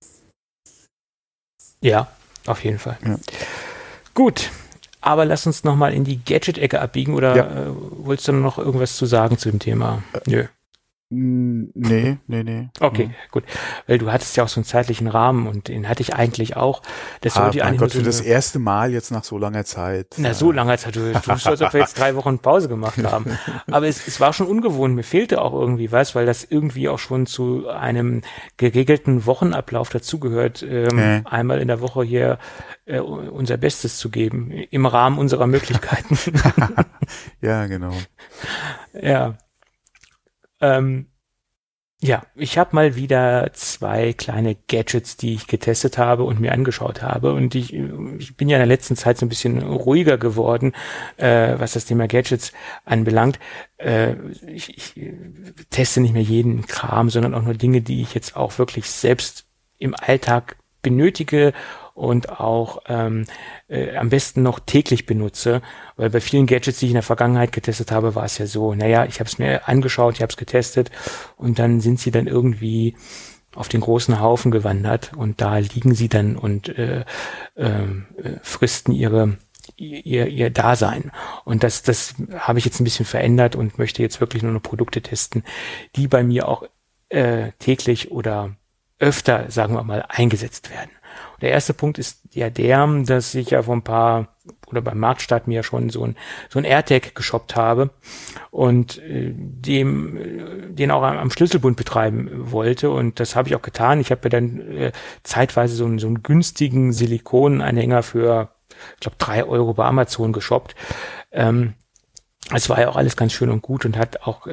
Ja, auf jeden Fall. Ja. Gut, aber lass uns nochmal in die Gadget-Ecke abbiegen, oder wolltest du noch irgendwas zu sagen zu dem Thema? Nö. Nee. Okay, gut. Weil du hattest ja auch so einen zeitlichen Rahmen und den hatte ich eigentlich auch. Das sollte mein Gott, für das erste Mal jetzt nach so langer Zeit. Na, so langer Zeit. Du tust so, als ob wir jetzt 3 Wochen Pause gemacht haben. Aber es war schon ungewohnt. Mir fehlte auch irgendwie was, weil das irgendwie auch schon zu einem geregelten Wochenablauf dazugehört, einmal in der Woche hier unser Bestes zu geben, im Rahmen unserer Möglichkeiten. Ja, genau. Ja. Ja, ich habe mal wieder 2 kleine Gadgets, die ich getestet habe und mir angeschaut habe. Und ich bin ja in der letzten Zeit so ein bisschen ruhiger geworden, was das Thema Gadgets anbelangt. Ich teste nicht mehr jeden Kram, sondern auch nur Dinge, die ich jetzt auch wirklich selbst im Alltag benötige und auch am besten noch täglich benutze, weil bei vielen Gadgets, die ich in der Vergangenheit getestet habe, war es ja so, naja, ich habe es mir angeschaut, ich habe es getestet und dann sind sie dann irgendwie auf den großen Haufen gewandert und da liegen sie dann und fristen ihr Dasein. Und das habe ich jetzt ein bisschen verändert und möchte jetzt wirklich nur noch Produkte testen, die bei mir auch täglich oder öfter, sagen wir mal, eingesetzt werden. Und der erste Punkt ist ja der, dass ich ja beim Marktstart mir ja schon so ein AirTag geshoppt habe und den auch am Schlüsselbund betreiben wollte. Und das habe ich auch getan. Ich habe mir dann zeitweise so einen günstigen Silikonanhänger für, ich glaube, 3 Euro bei Amazon geshoppt. Es war ja auch alles ganz schön und gut und hat auch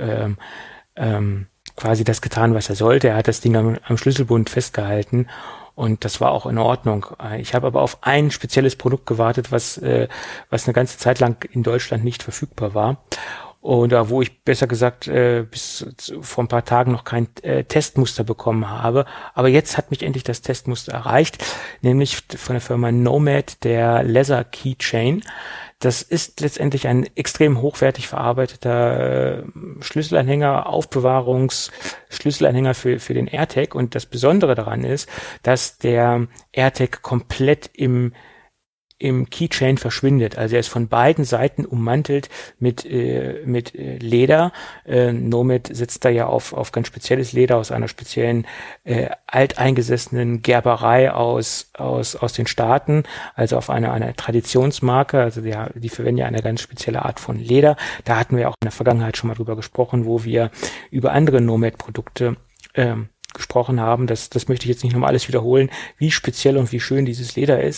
quasi das getan, was er sollte. Er hat das Ding am Schlüsselbund festgehalten und das war auch in Ordnung. Ich habe aber auf ein spezielles Produkt gewartet, was eine ganze Zeit lang in Deutschland nicht verfügbar war. Oder wo ich besser gesagt bis vor ein paar Tagen noch kein Testmuster bekommen habe. Aber jetzt hat mich endlich das Testmuster erreicht, nämlich von der Firma Nomad, der Leather Keychain. Das ist letztendlich ein extrem hochwertig verarbeiteter Schlüsselanhänger, Aufbewahrungsschlüsselanhänger für den AirTag. Und das Besondere daran ist, dass der AirTag komplett im Keychain verschwindet. Also er ist von beiden Seiten ummantelt mit Leder. Nomad setzt da ja auf ganz spezielles Leder aus einer speziellen alteingesessenen Gerberei aus den Staaten, also auf eine Traditionsmarke. Also die verwenden ja eine ganz spezielle Art von Leder. Da hatten wir auch in der Vergangenheit schon mal drüber gesprochen, wo wir über andere Nomad-Produkte gesprochen haben. Das möchte ich jetzt nicht nochmal alles wiederholen, wie speziell und wie schön dieses Leder ist.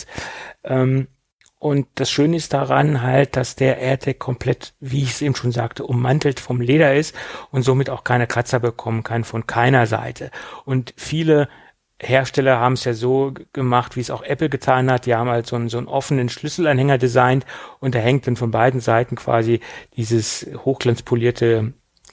Und das Schöne ist daran halt, dass der AirTag komplett, wie ich es eben schon sagte, ummantelt vom Leder ist und somit auch keine Kratzer bekommen kann von keiner Seite. Und viele Hersteller haben es ja so gemacht, wie es auch Apple getan hat. Die haben halt so einen offenen Schlüsselanhänger designt und da hängt dann von beiden Seiten quasi dieses hochglanzpolierte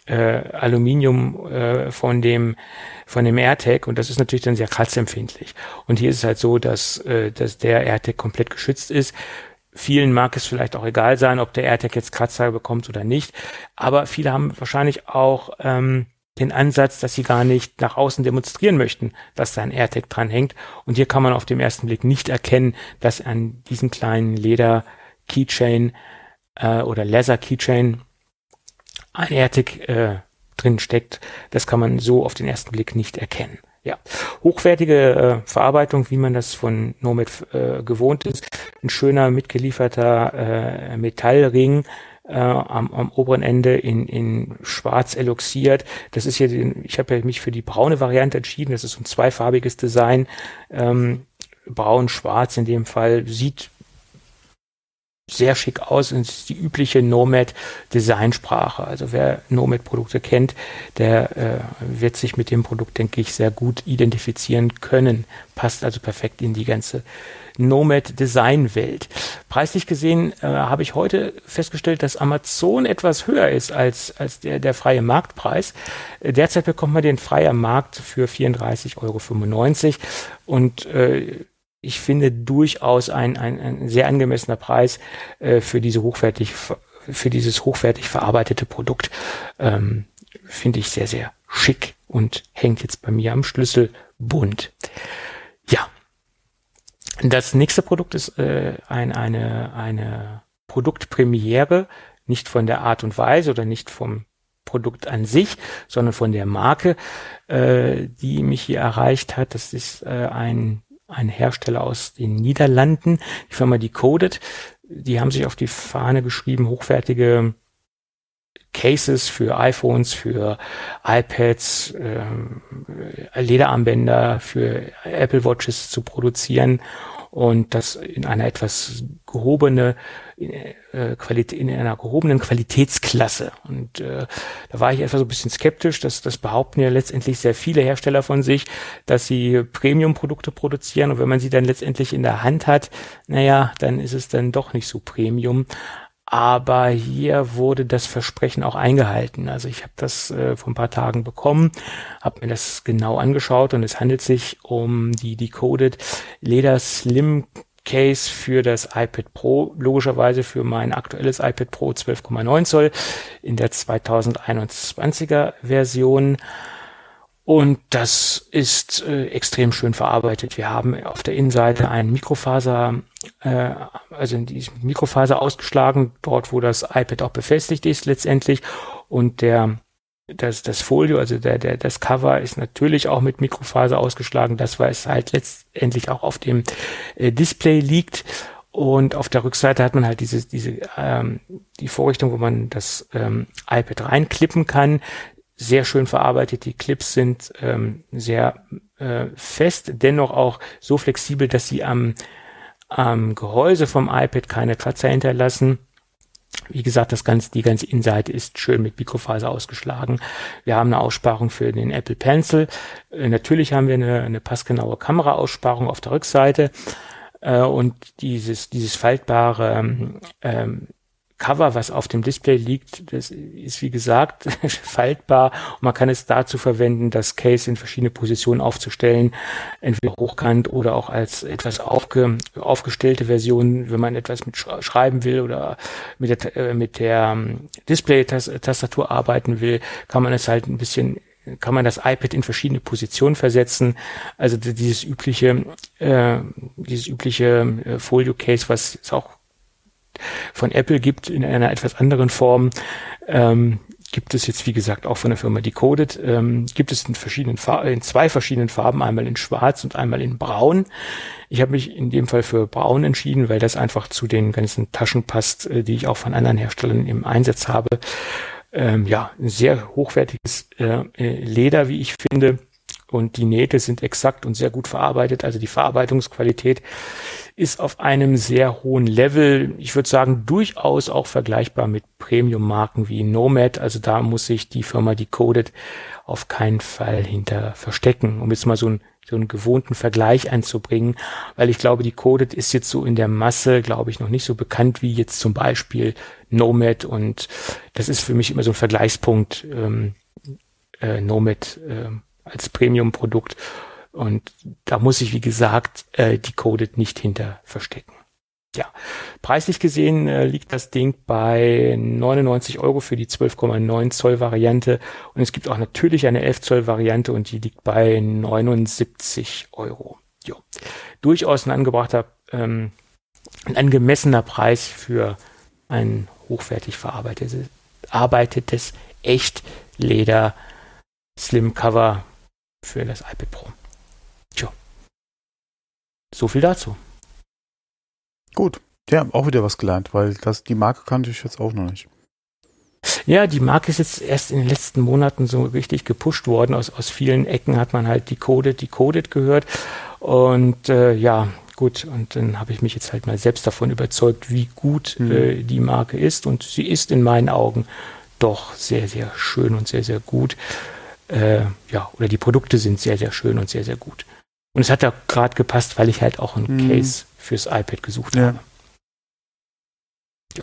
Aluminium von dem AirTag und das ist natürlich dann sehr kratzempfindlich. Und hier ist es halt so, dass der AirTag komplett geschützt ist. Vielen mag es vielleicht auch egal sein, ob der AirTag jetzt Kratzer bekommt oder nicht, aber viele haben wahrscheinlich auch den Ansatz, dass sie gar nicht nach außen demonstrieren möchten, dass da ein AirTag dran hängt. Und hier kann man auf den ersten Blick nicht erkennen, dass an diesem kleinen Leder-Keychain oder Leather-Keychain ein AirTag drin steckt. Das kann man so auf den ersten Blick nicht erkennen. Ja, hochwertige Verarbeitung, wie man das von Nomad gewohnt ist. Ein schöner mitgelieferter Metallring am oberen Ende in schwarz eloxiert. Das ist hier, ich habe ja mich für die braune Variante entschieden. Das ist so ein zweifarbiges Design. Braun, schwarz in dem Fall. Sieht sehr schick aus und es ist die übliche Nomad-Designsprache. Also wer Nomad-Produkte kennt, der wird sich mit dem Produkt, denke ich, sehr gut identifizieren können. Passt also perfekt in die ganze Nomad-Design-Welt. Preislich gesehen habe ich heute festgestellt, dass Amazon etwas höher ist als der freie Marktpreis. Derzeit bekommt man den freien Markt für 34,95 € und ich finde durchaus ein sehr angemessener Preis für dieses hochwertig verarbeitete Produkt. Finde ich sehr, sehr schick und hängt jetzt bei mir am Schlüsselbund. Ja, das nächste Produkt ist eine Produktpremiere, nicht von der Art und Weise oder nicht vom Produkt an sich, sondern von der Marke, die mich hier erreicht hat. Das ist ein Hersteller aus den Niederlanden, die Firma Decoded. Die haben sich auf die Fahne geschrieben, hochwertige Cases für iPhones, für iPads, Lederarmbänder, für Apple Watches zu produzieren und das in einer etwas in einer gehobenen Qualitätsklasse. Und da war ich etwa so ein bisschen skeptisch, das behaupten ja letztendlich sehr viele Hersteller von sich, dass sie Premium-Produkte produzieren und wenn man sie dann letztendlich in der Hand hat, dann ist es dann doch nicht so Premium. Aber hier wurde das Versprechen auch eingehalten. Also ich habe das vor ein paar Tagen bekommen, habe mir das genau angeschaut und es handelt sich um die Decoded Leder Slim Case für das iPad Pro, logischerweise für mein aktuelles iPad Pro 12,9 Zoll in der 2021er Version. Und das ist extrem schön verarbeitet. Wir haben auf der Innenseite ein Mikrofaser, in diesem Mikrofaser ausgeschlagen, dort wo das iPad auch befestigt ist letztendlich. Und das Folio, also das Cover ist natürlich auch mit Mikrofaser ausgeschlagen, das weil es halt letztendlich auch auf dem Display liegt. Und auf der Rückseite hat man halt die Vorrichtung, wo man das iPad reinklippen kann. Sehr schön verarbeitet. Die Clips sind sehr fest, dennoch auch so flexibel, dass sie am Gehäuse vom iPad keine Kratzer hinterlassen. Wie gesagt, die ganze Innenseite ist schön mit Mikrofaser ausgeschlagen. Wir haben eine Aussparung für den Apple Pencil. Natürlich haben wir eine passgenaue Kameraaussparung auf der Rückseite. Und dieses faltbare Cover, was auf dem Display liegt, das ist wie gesagt faltbar und man kann es dazu verwenden, das Case in verschiedene Positionen aufzustellen, entweder hochkant oder auch als etwas aufgestellte Version, wenn man etwas mit schreiben will oder mit der Display-Tastatur arbeiten will, kann man das iPad in verschiedene Positionen versetzen. Also dieses übliche Folio-Case, was es auch von Apple gibt in einer etwas anderen Form, gibt es jetzt wie gesagt auch von der Firma Decoded, gibt es in zwei verschiedenen Farben, einmal in Schwarz und einmal in Braun. Ich habe mich in dem Fall für Braun entschieden, weil das einfach zu den ganzen Taschen passt, die ich auch von anderen Herstellern im Einsatz habe. Ein sehr hochwertiges Leder, wie ich finde. Und die Nähte sind exakt und sehr gut verarbeitet. Also die Verarbeitungsqualität ist auf einem sehr hohen Level. Ich würde sagen, durchaus auch vergleichbar mit Premium-Marken wie Nomad. Also da muss sich die Firma Decoded auf keinen Fall hinter verstecken, um jetzt mal so einen gewohnten Vergleich einzubringen. Weil ich glaube, Decoded ist jetzt so in der Masse, glaube ich, noch nicht so bekannt wie jetzt zum Beispiel Nomad. Und das ist für mich immer so ein Vergleichspunkt, Nomad als Premium-Produkt. Und da muss ich, wie gesagt, Decoded nicht hinter verstecken. Ja, preislich gesehen liegt das Ding bei 99 € für die 12,9 Zoll Variante. Und es gibt auch natürlich eine 11 Zoll Variante und die liegt bei 79 €. Jo. Durchaus ein angemessener Preis für ein hochwertig verarbeitetes Echtleder Slim Cover für das iPad Pro. Tja. So viel dazu. Gut. Ja, auch wieder was gelernt, weil die Marke kannte ich jetzt auch noch nicht. Ja, die Marke ist jetzt erst in den letzten Monaten so richtig gepusht worden. Aus vielen Ecken hat man halt Decoded gehört. Und gut, und dann habe ich mich jetzt halt mal selbst davon überzeugt, wie gut die Marke ist. Und sie ist in meinen Augen doch sehr, sehr schön und sehr, sehr gut. Oder die Produkte sind sehr, sehr schön und sehr, sehr gut. Und es hat ja gerade gepasst, weil ich halt auch ein Case fürs iPad gesucht habe. Ja.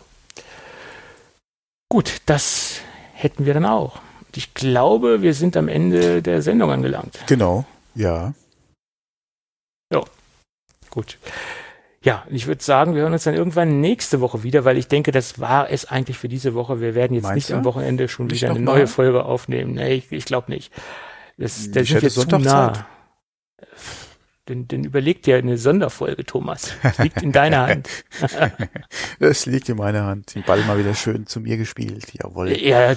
Gut, das hätten wir dann auch. Und ich glaube, wir sind am Ende der Sendung angelangt. Genau, ja. Ja, gut. Ja, ich würde sagen, wir hören uns dann irgendwann nächste Woche wieder, weil ich denke, das war es eigentlich für diese Woche. Wir werden jetzt nicht am Wochenende schon wieder eine neue Folge aufnehmen. Nee, ich glaube nicht. Da sind wir zu nah. Dann überleg dir eine Sonderfolge, Thomas. Das liegt in deiner Hand. Das liegt in meiner Hand. Den Ball mal wieder schön zu mir gespielt. Jawohl. Ja,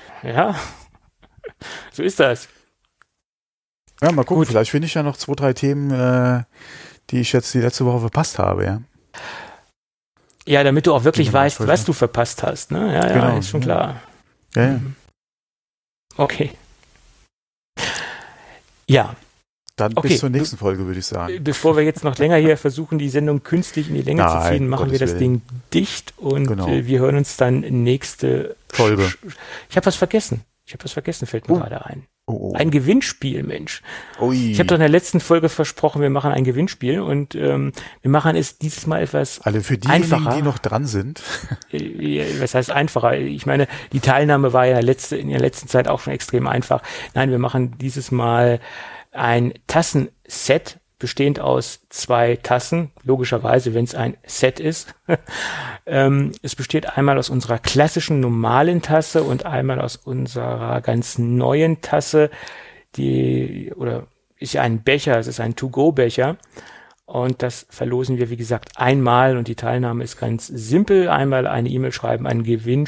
so ist das. Ja, mal gucken. Gut. Vielleicht finde ich ja noch 2, 3 Themen, die ich jetzt die letzte Woche verpasst habe, ja. Ja, damit du auch wirklich weißt, was du verpasst hast, ne? Ja, genau, ist schon klar. Ja. Okay. Ja. Dann bis zur nächsten Folge, würde ich sagen. Bevor wir jetzt noch länger hier versuchen, die Sendung künstlich in die Länge zu ziehen, machen wir das Ding dicht und wir hören uns dann nächste Folge. Ich habe was vergessen, fällt mir gerade ein. Ein Gewinnspiel, Mensch. Ich habe doch in der letzten Folge versprochen, wir machen ein Gewinnspiel und wir machen es dieses Mal etwas einfacher. Für diejenigen, die noch dran sind. Was heißt einfacher? Ich meine, die Teilnahme war ja in der letzten Zeit auch schon extrem einfach. Nein, wir machen dieses Mal ein Tassenset, bestehend aus 2 Tassen, logischerweise, wenn es ein Set ist. Es besteht einmal aus unserer klassischen normalen Tasse und einmal aus unserer ganz neuen Tasse, ist ja ein Becher, es ist ein To-Go-Becher. Und das verlosen wir, wie gesagt, einmal und die Teilnahme ist ganz simpel. Einmal eine E-Mail schreiben an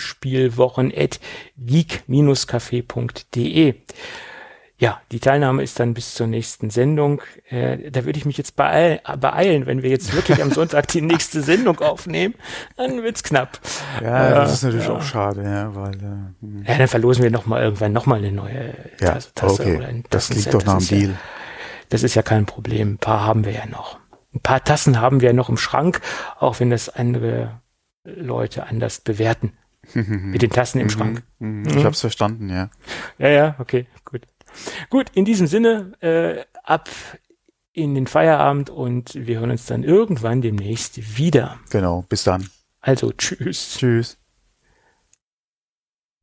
gewinnspielwochen@geek-café.de. Ja, die Teilnahme ist dann bis zur nächsten Sendung. Da würde ich mich jetzt beeilen, wenn wir jetzt wirklich am Sonntag die nächste Sendung aufnehmen, dann wird's knapp. Ja, das ist natürlich auch schade, ja, weil dann verlosen wir irgendwann nochmal eine neue Tasse okay. Oder ein das klingt doch nach einem Deal. Das ist ja kein Problem. Ein paar haben wir ja noch. Ein paar Tassen haben wir noch im Schrank, auch wenn das andere Leute anders bewerten. Mit den Tassen im Schrank. Ich hab's verstanden, ja. Ja, okay, gut. Gut, in diesem Sinne, ab in den Feierabend und wir hören uns dann irgendwann demnächst wieder. Genau, bis dann. Also, tschüss. Tschüss.